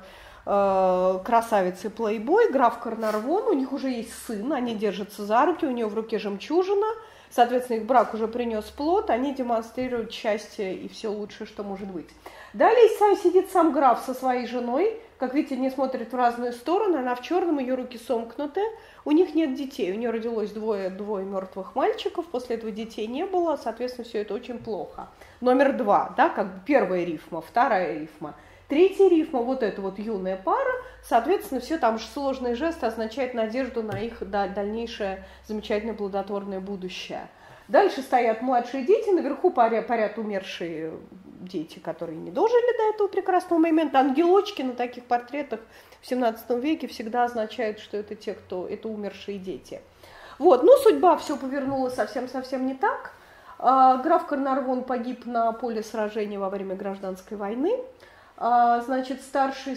Speaker 2: красавец и плейбой, граф Карнарвон, у них уже есть сын, они держатся за руки, у нее в руке жемчужина, соответственно, их брак уже принес плод, они демонстрируют счастье и все лучшее, что может быть. Далее сидит сам граф со своей женой, как видите, они смотрят в разные стороны, она в черном, ее руки сомкнуты, у них нет детей, у нее родилось двое мертвых мальчиков, после этого детей не было, соответственно, все это очень плохо. Номер 2, да, как бы первая рифма, вторая рифма. Третья рифма, вот эта вот юная пара, соответственно, все там сложные жесты означают надежду на их дальнейшее замечательное плодотворное будущее. Дальше стоят младшие дети, наверху парят умершие дети, которые не дожили до этого прекрасного момента. Ангелочки на таких портретах в 17 веке всегда означают, что это те, кто это умершие дети. Вот, но судьба все повернула совсем не так. Граф Карнарвон погиб на поле сражения во время гражданской войны. Значит, старший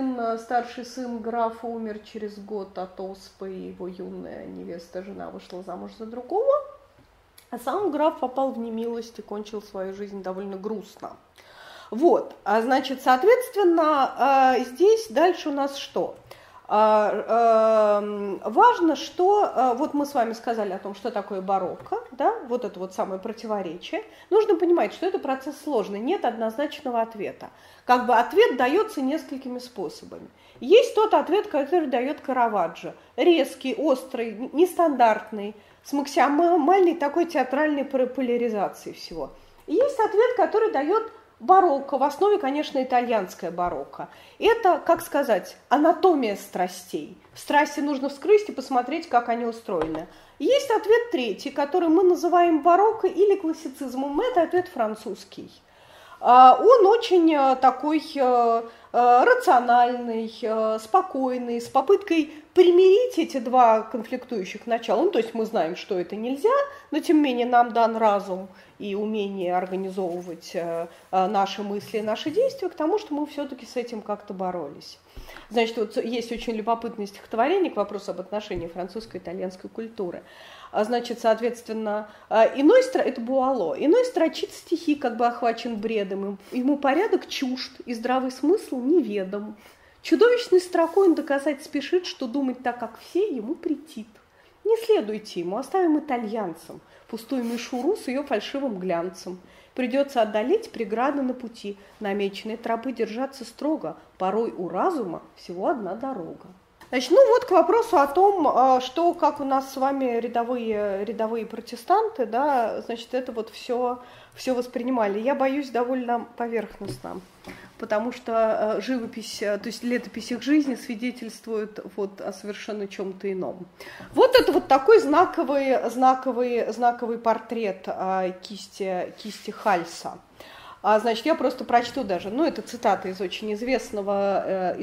Speaker 2: сын графа умер через год от оспы, и его юная невеста, жена, вышла замуж за другого. А сам граф попал в немилость и кончил свою жизнь довольно грустно. Вот, значит, соответственно, здесь дальше у нас что? Важно, что, вот мы с вами сказали о том, что такое барокко, да, вот это вот самое противоречие. Нужно понимать, что это процесс сложный, нет однозначного ответа. Как бы ответ дается несколькими способами. Есть тот ответ, который дает Караваджо, резкий, острый, нестандартный, с максимальной такой театральной поляризацией всего. И есть ответ, который дает барокко, в основе, конечно, итальянское барокко. Это, как сказать, анатомия страстей. Страсти нужно вскрыть и посмотреть, как они устроены. Есть ответ третий, который мы называем барокко или классицизмом. Это ответ французский. Он очень такой рациональный, спокойный, с попыткой примирить эти два конфликтующих начала. Ну, то есть мы знаем, что это нельзя, но тем не менее нам дан разум и умение организовывать наши мысли и наши действия к тому, что мы все-таки с этим как-то боролись. Значит, вот есть очень любопытное стихотворение к вопросу об отношении французской и итальянской культуры. Значит, соответственно, это Буало, иной строчит стихи, как бы охвачен бредом, ему порядок чужд и здравый смысл неведом. Чудовищной строкой он доказать спешит, что думать так, как все, ему претит. Не следуйте ему, оставим итальянцам пустую мишуру с ее фальшивым глянцем. Придется одолеть преграды на пути, намеченные тропы держаться строго, порой у разума всего одна дорога. Значит, ну вот к вопросу о том, что, как у нас с вами рядовые протестанты, да, значит, это вот все воспринимали. Я боюсь, довольно поверхностно, потому что живопись, то есть летопись их жизни свидетельствует вот о совершенно чем-то ином. Вот это вот такой знаковый портрет кисти Хальса. Значит, я просто прочту даже, ну, это цитата из очень известного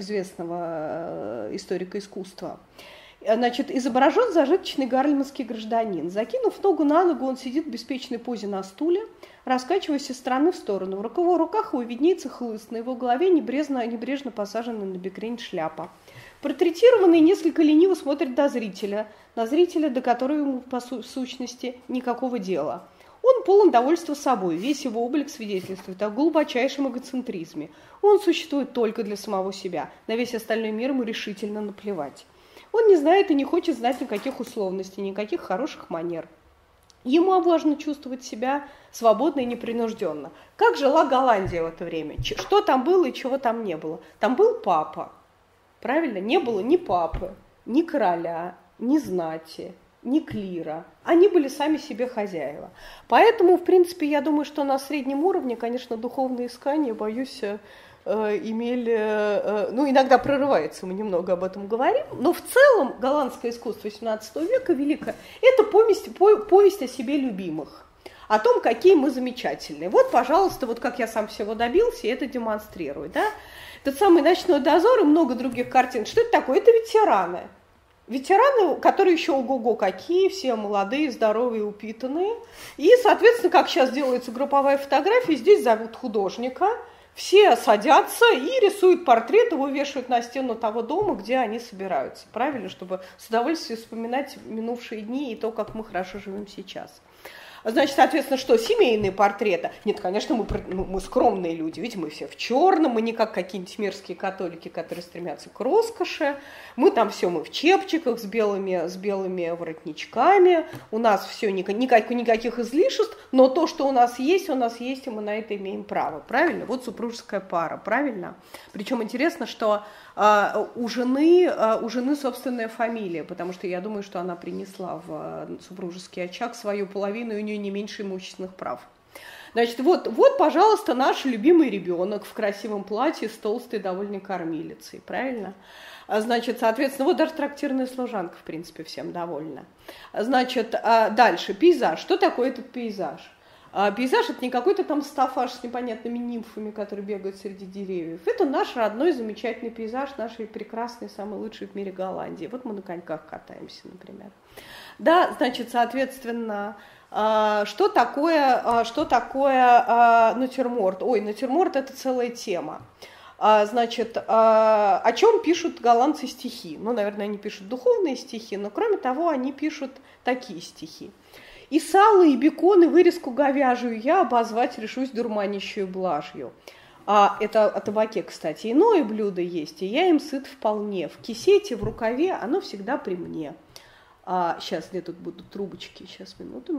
Speaker 2: историка искусства. Значит, изображен зажиточный гарлемский гражданин. Закинув ногу на ногу, он сидит в беспечной позе на стуле, раскачиваясь из стороны в сторону. В его руках его виднеется хлыст, на его голове небрежно посаженная на бекрень шляпа. Портретированный несколько лениво смотрит на зрителя, до которого ему, по сущности, никакого дела. Он полон довольства собой, весь его облик свидетельствует о глубочайшем эгоцентризме. Он существует только для самого себя, на весь остальной мир ему решительно наплевать. Он не знает и не хочет знать никаких условностей, никаких хороших манер. Ему важно чувствовать себя свободно и непринужденно. Как жила Голландия в это время? Что там было и чего там не было? Там был папа, правильно? Не было ни папы, ни короля, ни знати, ни клира. Они были сами себе хозяева. Поэтому, в принципе, я думаю, что на среднем уровне, конечно, духовные искания, боюсь, имели... Ну, иногда прорывается, мы немного об этом говорим, но в целом голландское искусство XVIII века великое. Это повесть о себе любимых, о том, какие мы замечательные. Вот, пожалуйста, вот как я сам всего добился, и это демонстрирую. Да? Тот самый «Ночной дозор» и много других картин. Что это такое? Это ветераны. Ветераны, которые еще ого-го какие, все молодые, здоровые, упитанные. И, соответственно, как сейчас делается групповая фотография, здесь зовут художника, все садятся и рисуют портрет, его вешают на стену того дома, где они собираются. Правильно? Чтобы с удовольствием вспоминать минувшие дни и то, как мы хорошо живем сейчас. Значит, соответственно, что? Семейные портреты. Нет, конечно, мы скромные люди, ведь мы все в черном, мы не как какие-нибудь мерзкие католики, которые стремятся к роскоши. Мы в чепчиках с белыми воротничками. У нас все никаких излишеств, но то, что у нас есть, и мы на это имеем право. Правильно? Вот супружеская пара, правильно? Причем интересно, что у жены собственная фамилия, потому что я думаю, что она принесла в супружеский очаг свою половину, и у нее не меньше имущественных прав. Значит, вот, пожалуйста, наш любимый ребенок в красивом платье с толстой довольной кормилицей, правильно? Значит, соответственно, вот даже трактирная служанка, в принципе, всем довольна. Значит, дальше, пейзаж. Что такое этот пейзаж? Пейзаж – это не какой-то там стафаж с непонятными нимфами, которые бегают среди деревьев. Это наш родной замечательный пейзаж нашей прекрасной, самой лучшей в мире Голландии. Вот мы на коньках катаемся, например. Да, значит, соответственно, что такое натюрморт? Ой, натюрморт – это целая тема. Значит, о чем пишут голландцы стихи? Ну, наверное, они пишут духовные стихи, но, кроме того, они пишут такие стихи. «И сало, и бекон, и вырезку говяжью я обозвать решусь дурманящую блажью». Это о табаке, кстати. «Иное блюдо есть, и я им сыт вполне. В кисете, в рукаве, оно всегда при мне». Сейчас, где тут будут трубочки? Сейчас, минуту.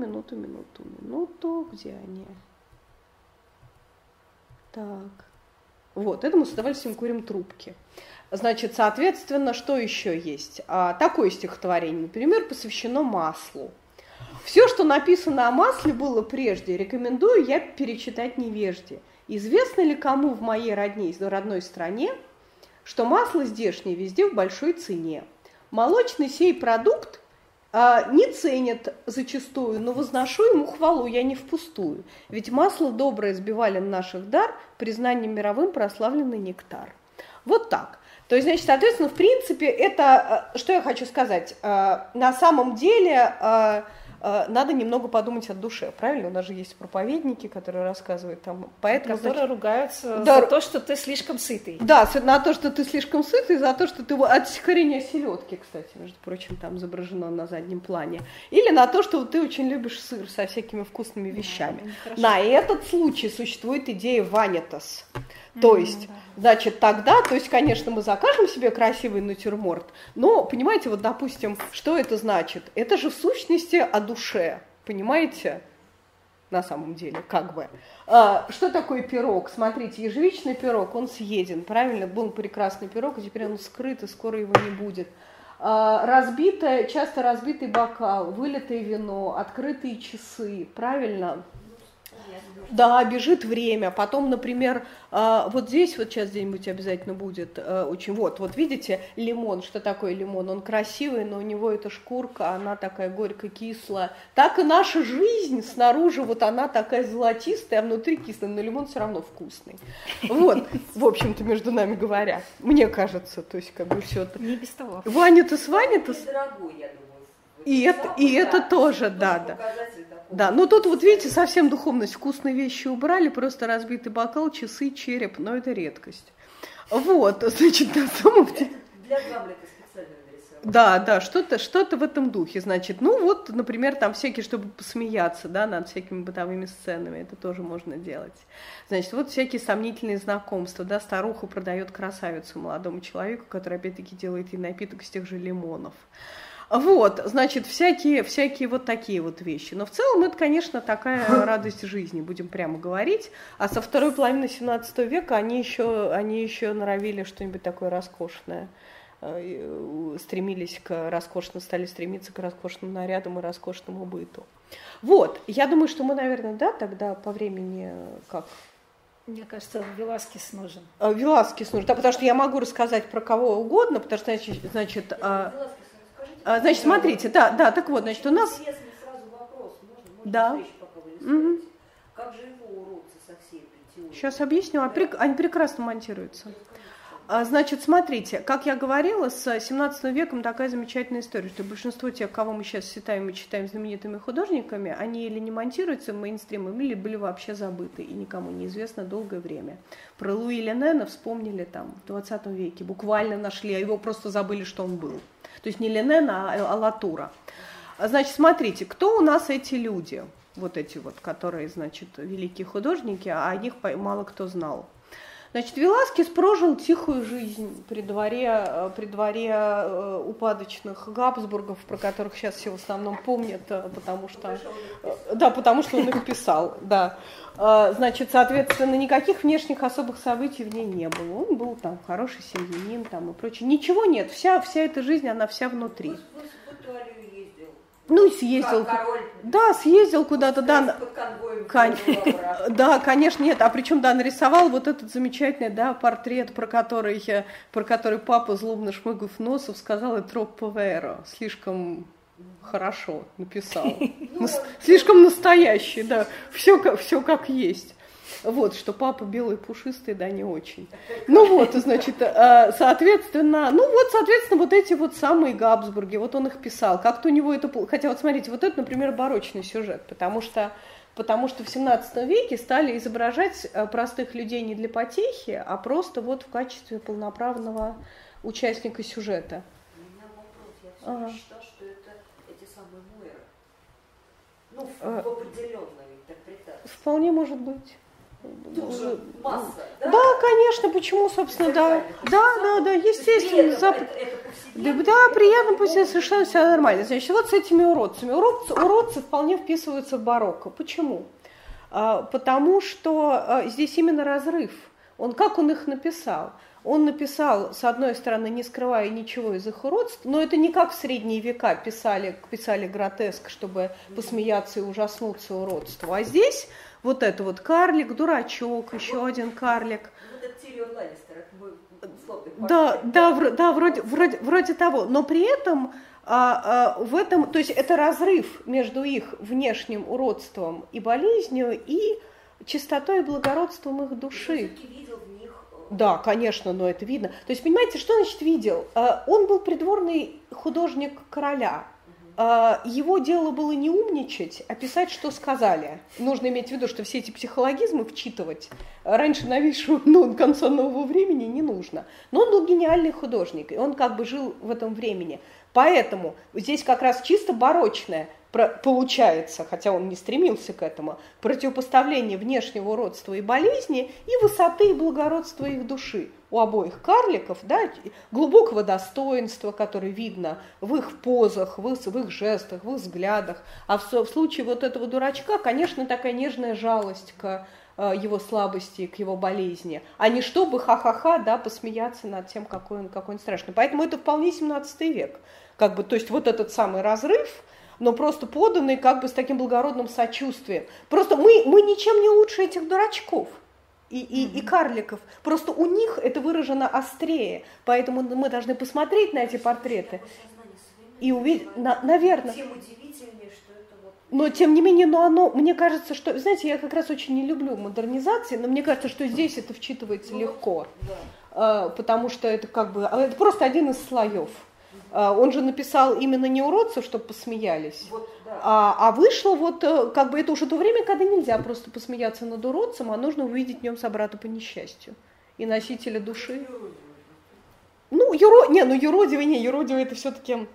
Speaker 2: Где они? Так. Вот, это мы с удовольствием курим трубки. Значит, соответственно, что еще есть? Такое стихотворение, например, посвящено маслу. Все, что написано о масле было прежде, рекомендую я перечитать невежде. Известно ли кому в моей родной стране, что масло здешнее везде в большой цене? Молочный сей продукт не ценят зачастую, но возношу ему хвалу я не впустую. Ведь масло доброе сбивали наших дар, признанием мировым прославленный нектар. Вот так. То есть, значит, соответственно, в принципе, это, что я хочу сказать, на самом деле надо немного подумать о душе, правильно? У нас же есть проповедники, которые рассказывают там, поэтому...
Speaker 3: Которые ругаются за то, что ты слишком сытый.
Speaker 2: Да, на то, что ты слишком сытый, за то, что ты... От стихотворения селедки, кстати, между прочим, там изображено на заднем плане. Или на то, что ты очень любишь сыр со всякими вкусными вещами. На этот случай существует идея ванитас. То есть, значит, тогда, то есть, конечно, мы закажем себе красивый натюрморт, но, понимаете, вот, допустим, что это значит? Это же в сущности о душе, понимаете? на самом деле, как бы. Что такое пирог? Смотрите, ежевичный пирог, он съеден, правильно? Был прекрасный пирог, и теперь он скрыт, и скоро его не будет. Часто разбитый бокал, вылитое вино, открытые часы, правильно? Да, бежит время. Потом, например, вот здесь вот сейчас где-нибудь обязательно будет очень... Вот видите, лимон. Что такое лимон? Он красивый, но у него эта шкурка, она такая горько-кислая. Так и наша жизнь снаружи, вот она такая золотистая, а внутри кислая, но лимон все равно вкусный. Вот, в общем-то, между нами говоря. Мне кажется, то есть как бы все это...
Speaker 3: Не без того.
Speaker 2: Ваня-то с Ваней-то...
Speaker 4: Дорогой, я думаю.
Speaker 2: И это тоже, да. Да, ну тут вот видите, совсем духовность, вкусные вещи убрали, просто разбитый бокал, часы, череп, но это редкость. Вот, значит, на самом деле...
Speaker 4: Для Гамлета специально нарисовали.
Speaker 2: Да, что-то в этом духе, значит, ну вот, например, там всякие, чтобы посмеяться, да, над всякими бытовыми сценами, это тоже можно делать. Значит, вот всякие сомнительные знакомства, да, старуха продает красавицу молодому человеку, который, опять-таки, делает ей напиток из тех же лимонов. Вот, значит, всякие вот такие вот вещи. Но в целом это, конечно, такая радость жизни, будем прямо говорить. А со второй половины 17 века они еще норовили что-нибудь такое роскошное. Стали стремиться к роскошным нарядам и роскошному быту. Вот, я думаю, что мы, наверное, да, тогда по времени как...
Speaker 3: Мне кажется, Веласкес нужен.
Speaker 2: Веласкес нужен, да, потому что я могу рассказать про кого угодно, потому что, значит... Значит, смотрите, да, так вот, значит, у нас...
Speaker 4: Интересный сразу вопрос, можно
Speaker 2: да.
Speaker 4: встречу, пока вы не
Speaker 2: Угу.
Speaker 4: Как же его уродцы со всей этой теорией?
Speaker 2: Сейчас объясню, они прекрасно монтируются. Значит, смотрите, как я говорила, с 17 веком такая замечательная история, что большинство тех, кого мы сейчас считаем и читаем знаменитыми художниками, они или не монтируются мейнстримом, или были вообще забыты, и никому не известно долгое время. Про Луи Ленена вспомнили там в 20 веке, буквально нашли, а его просто забыли, что он был. То есть не Ленен, а Латура. Значит, смотрите, кто у нас эти люди, вот эти вот, которые, значит, великие художники, а о них мало кто знал. Значит, Веласкес прожил тихую жизнь при дворе упадочных Габсбургов, про которых сейчас все в основном помнят, потому что он их писал, да. Значит, соответственно, никаких внешних особых событий в ней не было. Он был там хороший семьянин там, и прочее. Ничего нет, вся эта жизнь, она вся внутри. Ну, съездил. Да, съездил куда-то, да. Да, конечно, нет. А причем, да, нарисовал вот этот замечательный, да, портрет, про который папа, злобно шмыгнув носом, сказал «троппо веро». Слишком хорошо написал. Слишком настоящий, да. Все как есть. Вот, что папа белый, пушистый, да, не очень. Ну вот, значит, соответственно, вот эти вот самые Габсбурги, вот он их писал. Как-то у него это... Хотя вот смотрите, вот это, например, барочный сюжет, потому что в 17 веке стали изображать простых людей не для потехи, а просто вот в качестве полноправного участника сюжета.
Speaker 4: У меня вопрос. Я все считала, что это эти самые Мойры. В определенной интерпретации.
Speaker 2: Вполне может быть.
Speaker 4: Тут же масса, да?
Speaker 2: Да, конечно, почему, собственно, да, естественно. Да, приятно, пусть совершенно все нормально. Значит, вот с этими уродцами. Уродцы вполне вписываются в барокко. Почему? Потому что здесь именно разрыв. Как он их написал? Он написал, с одной стороны, не скрывая ничего из их уродств, но это не как в средние века писали гротеск, чтобы посмеяться и ужаснуться уродству. А здесь вот это вот карлик, дурачок, еще один карлик.
Speaker 4: Вот это Тирион Ланнистер, это мой условный
Speaker 2: Да, вроде того. Но при этом в этом, то есть это разрыв между их внешним уродством и болезнью и чистотой и благородством их души. Да, конечно, но это видно. То есть, понимаете, что значит видел? Он был придворный художник короля. Его дело было не умничать, а писать, что сказали. Нужно иметь в виду, что все эти психологизмы вчитывать раньше новейшего, конца нового времени не нужно. Но он был гениальный художник, и он как бы жил в этом времени. Поэтому здесь как раз чисто барочное получается, хотя он не стремился к этому, противопоставление внешнего уродства и болезни и высоты и благородства их души. у обоих карликов, да, глубокого достоинства, которое видно в их позах, в их жестах, в их взглядах. А в случае вот этого дурачка, конечно, такая нежная жалость к его слабости, к его болезни, а не чтобы ха-ха-ха, да, посмеяться над тем, какой он страшный. Поэтому это вполне 17 век. Как бы, то есть вот этот самый разрыв, но просто поданный как бы с таким благородным сочувствием. Просто мы ничем не лучше этих дурачков и карликов. Просто у них это выражено острее. Поэтому мы должны посмотреть на эти портреты и увидеть, наверное.
Speaker 4: Тем удивительнее, что это вот...
Speaker 2: Но тем не менее, мне кажется, что, знаете, я как раз очень не люблю модернизации, но мне кажется, что здесь это вчитывается легко, да. Потому что это как бы, это просто один из слоев. Он же написал именно не уродцев, чтобы посмеялись, вот, да. а вышло вот, как бы это уже то время, когда нельзя просто посмеяться над уродцем, а нужно увидеть в нем собрата по несчастью и носителя души. Юродивый это все-таки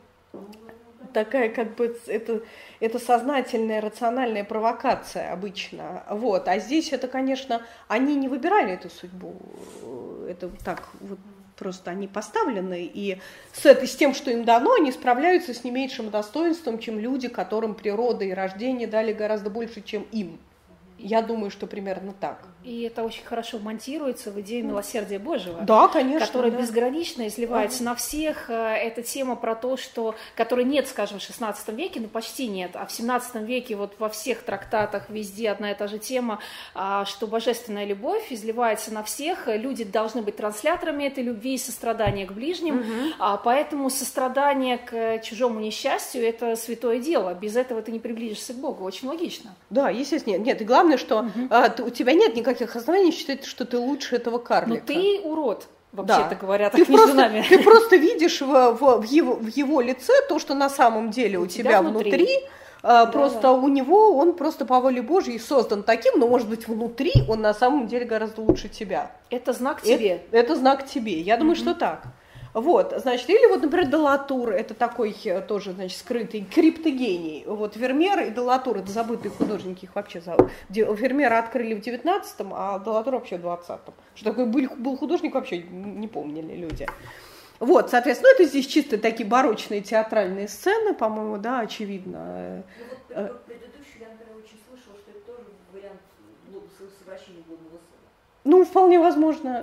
Speaker 2: такая, как бы, это сознательная, рациональная провокация обычно. Вот. А здесь это, конечно, они не выбирали эту судьбу. Это так вот. Просто они поставлены, и с тем, что им дано, они справляются с не меньшим достоинством, чем люди, которым природа и рождение дали гораздо больше, чем им. Я думаю, что примерно так.
Speaker 3: И это очень хорошо монтируется в идею милосердия Божьего,
Speaker 2: да, конечно,
Speaker 3: которая безгранично изливается на всех. Это тема про то, что, которой нет, скажем, в XVI веке, но почти нет, а в XVII веке вот во всех трактатах везде одна и та же тема, что божественная любовь изливается на всех, люди должны быть трансляторами этой любви и сострадания к ближним, поэтому сострадание к чужому несчастью – это святое дело, без этого ты не приблизишься к Богу, очень логично.
Speaker 2: Да, естественно, нет, и главное, что у тебя нет никаких оснований считать, что ты лучше этого карлика.
Speaker 3: Но ты урод, вообще-то говоря, так
Speaker 2: ты
Speaker 3: между нами.
Speaker 2: Ты просто видишь в его лице то, что на самом деле у тебя внутри. Просто у него, он просто по воле Божьей создан таким, но, может быть, внутри он на самом деле гораздо лучше тебя.
Speaker 3: Это знак тебе.
Speaker 2: Это знак тебе. Я думаю, что так. Вот, значит, или вот, например, Делатур, это такой тоже, значит, скрытый криптогений. Вот Вермеер и Делатур, это забытые художники, их вообще зовут. Вермеера открыли в 19-м, а Делатур вообще в 20-м. Что такое был художник, вообще не помнили люди. Вот, соответственно, это здесь чисто такие барочные театральные сцены, по-моему, да, очевидно.
Speaker 4: Предыдущий я, например, очень слышала, что это тоже вариант совращения блудного сына.
Speaker 2: Ну, вполне возможно,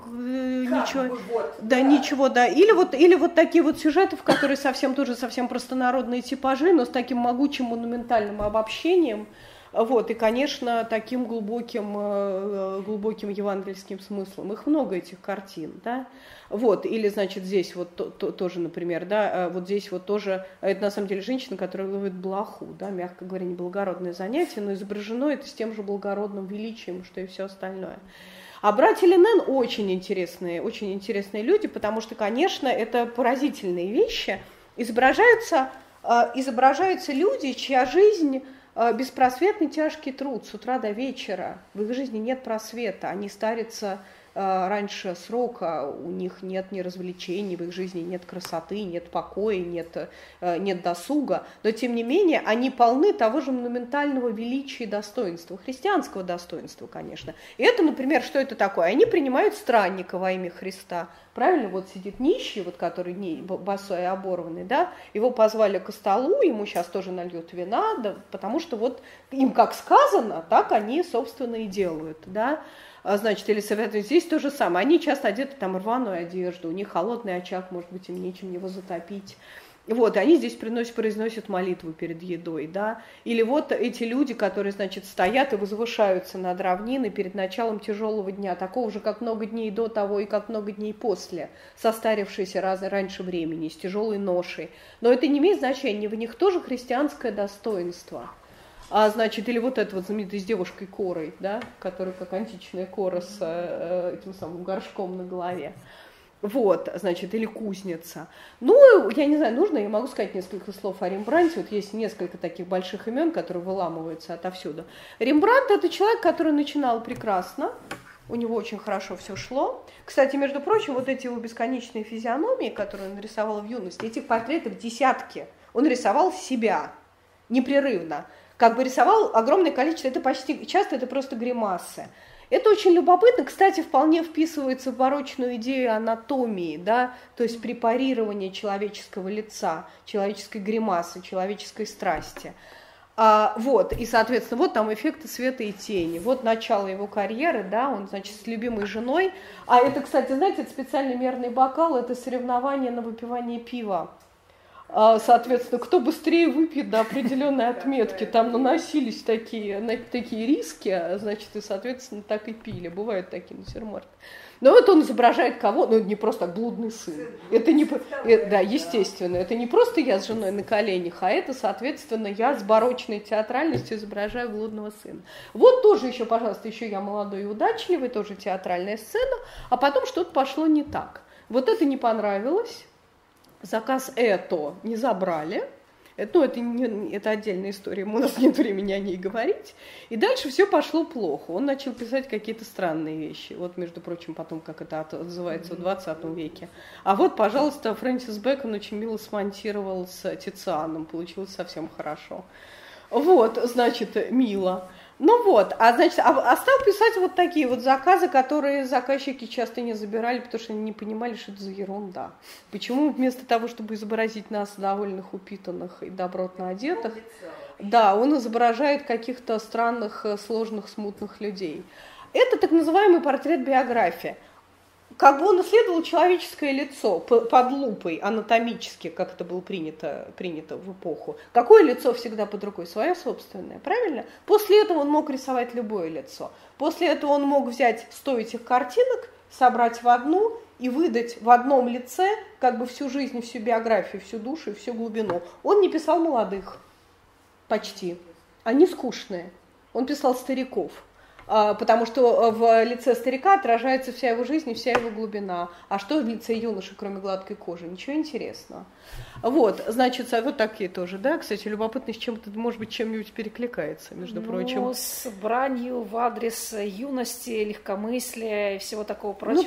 Speaker 2: ничего, ничего, да. Или вот такие вот сюжеты, в которые совсем простонародные типажи, но с таким могучим монументальным обобщением, вот, и, конечно, таким глубоким евангельским смыслом. Их много, этих картин, да. Вот, или, значит, здесь вот тоже, например, да, вот здесь вот тоже, это на самом деле женщина, которая ловит блоху, да, мягко говоря, неблагородное занятие, но изображено это с тем же благородным величием, что и все остальное. А братья Линен очень интересные люди, потому что, конечно, это поразительные вещи. Изображаются люди, чья жизнь беспросветный тяжкий труд с утра до вечера. В их жизни нет просвета, они старятся раньше срока, у них нет ни развлечений, в их жизни нет красоты, нет покоя, нет досуга, но тем не менее они полны того же монументального величия и достоинства, христианского достоинства, конечно. И это, например, что это такое? Они принимают странника во имя Христа. Правильно, вот сидит нищий, вот который босой и оборванный, да, его позвали к столу, ему сейчас тоже нальют вина, да, потому что вот им как сказано, так они, собственно, и делают, да. Значит, или советуют, здесь то же самое. Они часто одеты там рваную одежду, у них холодный очаг, может быть, им нечем его затопить. Вот, и они здесь произносят молитву перед едой, да. Или вот эти люди, которые, значит, стоят и возвышаются над равниной перед началом тяжелого дня, такого же, как много дней до того и как много дней после, состарившиеся раньше времени, с тяжелой ношей. Но это не имеет значения, в них тоже христианское достоинство. Значит, или вот это вот знаменитый с девушкой Корой, да, которая как античная Кора с этим самым горшком на голове. Вот, значит, или кузница. Ну, я не знаю, нужно, я могу сказать несколько слов о Рембрандте. Вот есть несколько таких больших имен, которые выламываются отовсюду. Рембрандт – это человек, который начинал прекрасно, у него очень хорошо все шло. Кстати, между прочим, вот эти его бесконечные физиономии, которые он нарисовал в юности, этих портретов десятки. Он рисовал себя непрерывно. Как бы рисовал огромное количество, это почти часто это просто гримасы. Это очень любопытно, кстати, вполне вписывается в барочную идею анатомии, да, то есть препарирование человеческого лица, человеческой гримасы, человеческой страсти. Вот, и, соответственно, вот там эффекты света и тени, вот начало его карьеры, да, он, значит, с любимой женой. А это, кстати, знаете, это специальный мерный бокал, это соревнование на выпивание пива. Соответственно, кто быстрее выпьет до определенной отметки, там наносились такие риски, значит, и, соответственно, так и пили, бывают такие натюрморты. Но вот он изображает кого? Ну, не просто так, блудный сын. Это не, да, естественно, это не просто я с женой на коленях, а это, соответственно, я с барочной театральностью изображаю блудного сына. Вот тоже еще, пожалуйста, еще я молодой и удачливый, тоже театральная сцена, а потом что-то пошло не так. Вот это не понравилось, заказ это не забрали. Это отдельная история, у нас нет времени о ней говорить. И дальше все пошло плохо. Он начал писать какие-то странные вещи. Вот, между прочим, потом, как это отзывается в 20 веке. А вот, пожалуйста, Фрэнсис Бэкон очень мило смонтировал с Тицианом. Получилось совсем хорошо. Вот, значит, мило. Ну вот, значит, стал писать вот такие вот заказы, которые заказчики часто не забирали, потому что они не понимали, что это за ерунда. Почему вместо того, чтобы изобразить нас довольных, упитанных и добротно одетых, да, он изображает каких-то странных, сложных, смутных людей. Это так называемый портрет-биография. Как бы он исследовал человеческое лицо под лупой, анатомически, как это было принято в эпоху. Какое лицо всегда под рукой? Свое собственное, правильно? После этого он мог рисовать любое лицо. После этого он мог взять 100 этих картинок, собрать в одну и выдать в одном лице как бы всю жизнь, всю биографию, всю душу и всю глубину. Он не писал молодых, почти. Они скучные. Он писал стариков. Потому что в лице старика отражается вся его жизнь и вся его глубина. А что в лице юноши, кроме гладкой кожи? Ничего интересного. Вот, значит, вот такие тоже, да, кстати, любопытно, с чем-то, может быть, чем-нибудь перекликается, между прочим.
Speaker 3: С бранью в адрес юности, легкомыслия и всего такого прочего.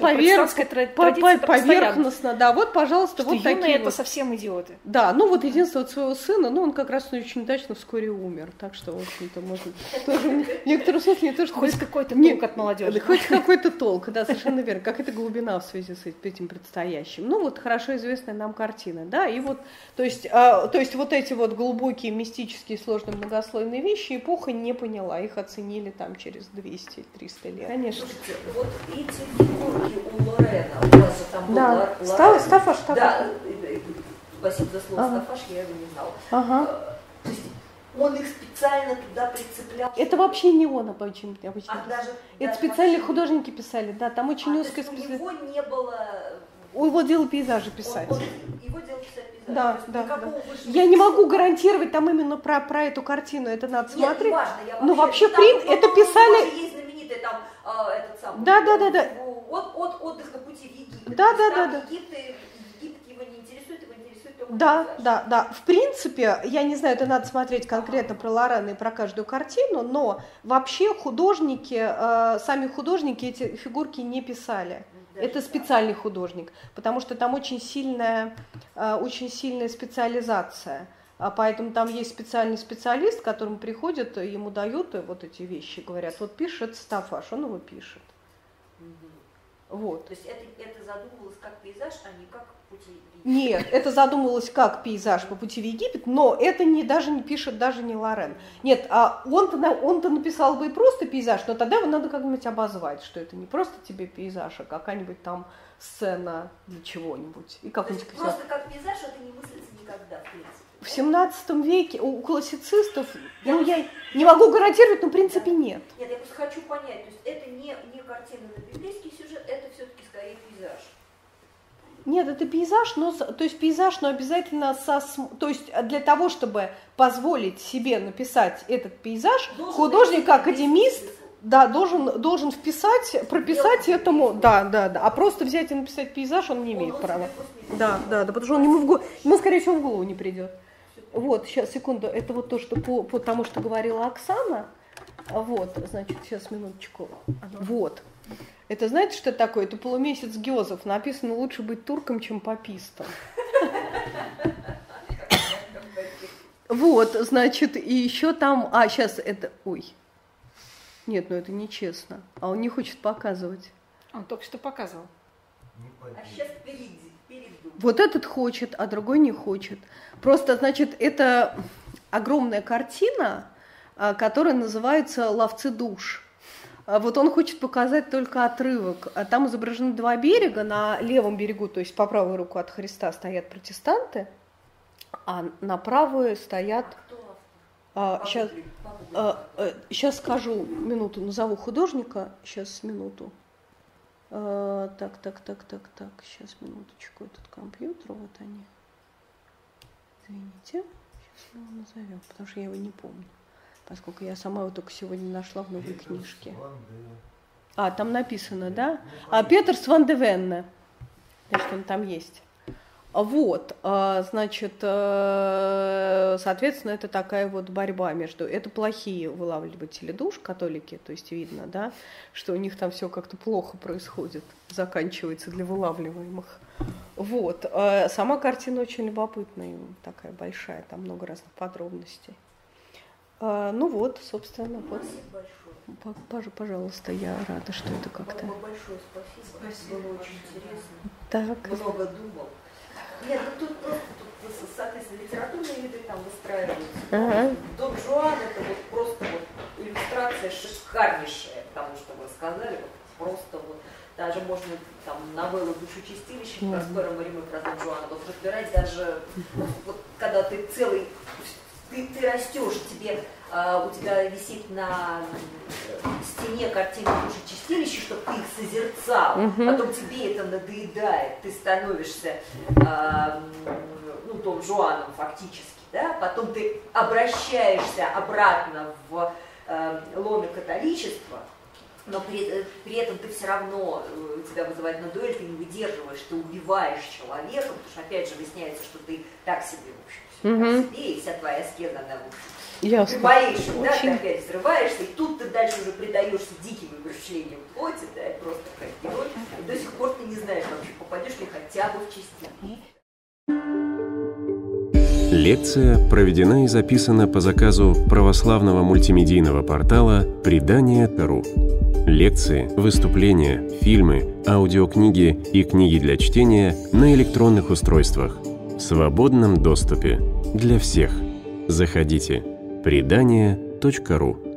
Speaker 2: Поверхностно, да, вот, пожалуйста,
Speaker 3: что
Speaker 2: вот такие
Speaker 3: юные это
Speaker 2: вот.
Speaker 3: Совсем идиоты.
Speaker 2: Да, ну вот единственное, вот своего сына, ну он как раз очень удачно вскоре умер, так что, в общем-то, может, тоже в некотором смысле не то, что...
Speaker 3: Хоть какой-то толк от молодежи.
Speaker 2: Хоть какой-то толк, да, совершенно верно, как это глубина в связи с этим предстоящим. Ну вот хорошо известная нам картина, да, и вот, то есть вот эти вот глубокие, мистические, сложные, многослойные вещи эпоха не поняла, их оценили там через 200-300 лет. Конечно.
Speaker 4: Слушайте, вот эти фигурки у Лорена, у вас же там был
Speaker 2: да, Стаффаш.
Speaker 4: Да, спасибо за слово Стаффаш, я его не знала.
Speaker 2: Ага.
Speaker 4: То есть он их специально туда прицеплял.
Speaker 2: Это вообще не он обычно.
Speaker 4: Даже,
Speaker 2: это специальные художники писали, да, там очень узкая
Speaker 4: специальность. У него не было...
Speaker 2: У его дело пейзажи писать.
Speaker 4: Его дело писать пейзажи.
Speaker 2: Да. Я не могу гарантировать там именно про эту картину, это надо смотреть.
Speaker 4: Нет, важно,
Speaker 2: но вообще это писали...
Speaker 4: Есть знаменитый там этот самый...
Speaker 2: Да.
Speaker 4: Отдых на пути в Египет.
Speaker 2: Да.
Speaker 4: Египет его не интересует, его интересует только
Speaker 2: пейзаж. Да. В принципе, я не знаю, это надо смотреть конкретно про Лорена и про каждую картину, но вообще сами художники эти фигурки не писали. Это специальный художник, потому что там очень сильная специализация. Поэтому там есть специальный специалист, к которому приходят, ему дают вот эти вещи, говорят, вот пишет Стаффаш, он его пишет. Вот.
Speaker 4: То есть это задумывалось как пейзаж, а не как пути в Египет?
Speaker 2: Нет, это задумывалось как пейзаж по пути в Египет, но это даже не пишет даже не Лорен. Нет, он-то написал бы и просто пейзаж, но тогда его надо как-нибудь обозвать, что это не просто тебе пейзаж, а какая-нибудь там сцена для чего-нибудь. И
Speaker 4: просто как пейзаж это не мыслится никогда, в принципе.
Speaker 2: В 17 веке у классицистов, я не могу гарантировать, но в принципе нет.
Speaker 4: Нет, я просто хочу понять, то есть это не картина на библейский сюжет, это все-таки скорее пейзаж.
Speaker 2: Нет, это пейзаж, но обязательно то есть для того, чтобы позволить себе написать этот пейзаж, художник-академист должен прописать этому, да, а просто взять и написать пейзаж он не имеет права. Да, потому что ему, скорее всего, в голову не придет. Вот, сейчас, секунду, это вот то, что по тому, что говорила Оксана. Вот, значит, сейчас, минуточку. Вот. Это знаете, что такое? Это полумесяц Гёзов. Написано, лучше быть турком, чем папистом. Вот, значит, и еще там... сейчас это... Нет, ну это нечестно. А он не хочет показывать.
Speaker 3: Он только что показывал.
Speaker 4: А сейчас перейду.
Speaker 2: Вот этот хочет, а другой не хочет. Просто, значит, это огромная картина, которая называется «Ловцы душ». Вот он хочет показать только отрывок. Там изображены два берега. На левом берегу, то есть по правую руку от Христа, стоят протестанты, а на правую стоят... Сейчас скажу, минуту, назову художника. Сейчас, минуту. Так, сейчас, минуточку, этот компьютер, вот они. Извините, сейчас мы его назовем, потому что я его не помню, поскольку я сама его только сегодня нашла в новой книжке. Там написано, да? Петерс ван де Венне, значит, он там есть. Вот, значит, соответственно, это такая вот борьба между... Это плохие вылавливатели душ, католики, то есть видно, да, что у них там все как-то плохо происходит, заканчивается для вылавливаемых. Вот, сама картина очень любопытная, такая большая, там много разных подробностей. Ну вот, собственно, вот. Пожалуйста, я рада, что это как-то...
Speaker 4: Большое спасибо, было очень интересно.
Speaker 2: Так.
Speaker 4: Много думал. Нет, ну тут просто, соответственно, литературные виды там выстраиваются. Дон Жуан — это вот просто вот иллюстрация шикарнейшая, потому что вы сказали, вот просто вот, даже можно там новеллу «Душечистилище» про Спера Мариме, про Дон Жуана, вот разбирать даже, вот когда ты целый, ты растешь, у тебя висит на стене картина «Душечистилища», чтобы ты их созерцал, потом тебе это надоедает, ты становишься Дон Жуаном фактически, да? Потом ты обращаешься обратно в лоно католичества, но при этом ты все равно, тебя вызывает на дуэль, ты не выдерживаешь, ты убиваешь человека, потому что опять же выясняется, что ты так себе, в общем, так себе, и вся твоя аскеза, она, в общем,
Speaker 2: Ясно.
Speaker 4: ты боишься, да, ты опять взрываешься, и тут ты дальше уже предаешься диким умерщвлениям плоти, да, и просто как герой, и до сих пор ты не знаешь, вообще попадешь ли хотя бы в части.
Speaker 5: Лекция проведена и записана по заказу православного мультимедийного портала «Предание.ру». Лекции, выступления, фильмы, аудиокниги и книги для чтения на электронных устройствах в свободном доступе для всех. Заходите. Предание.ру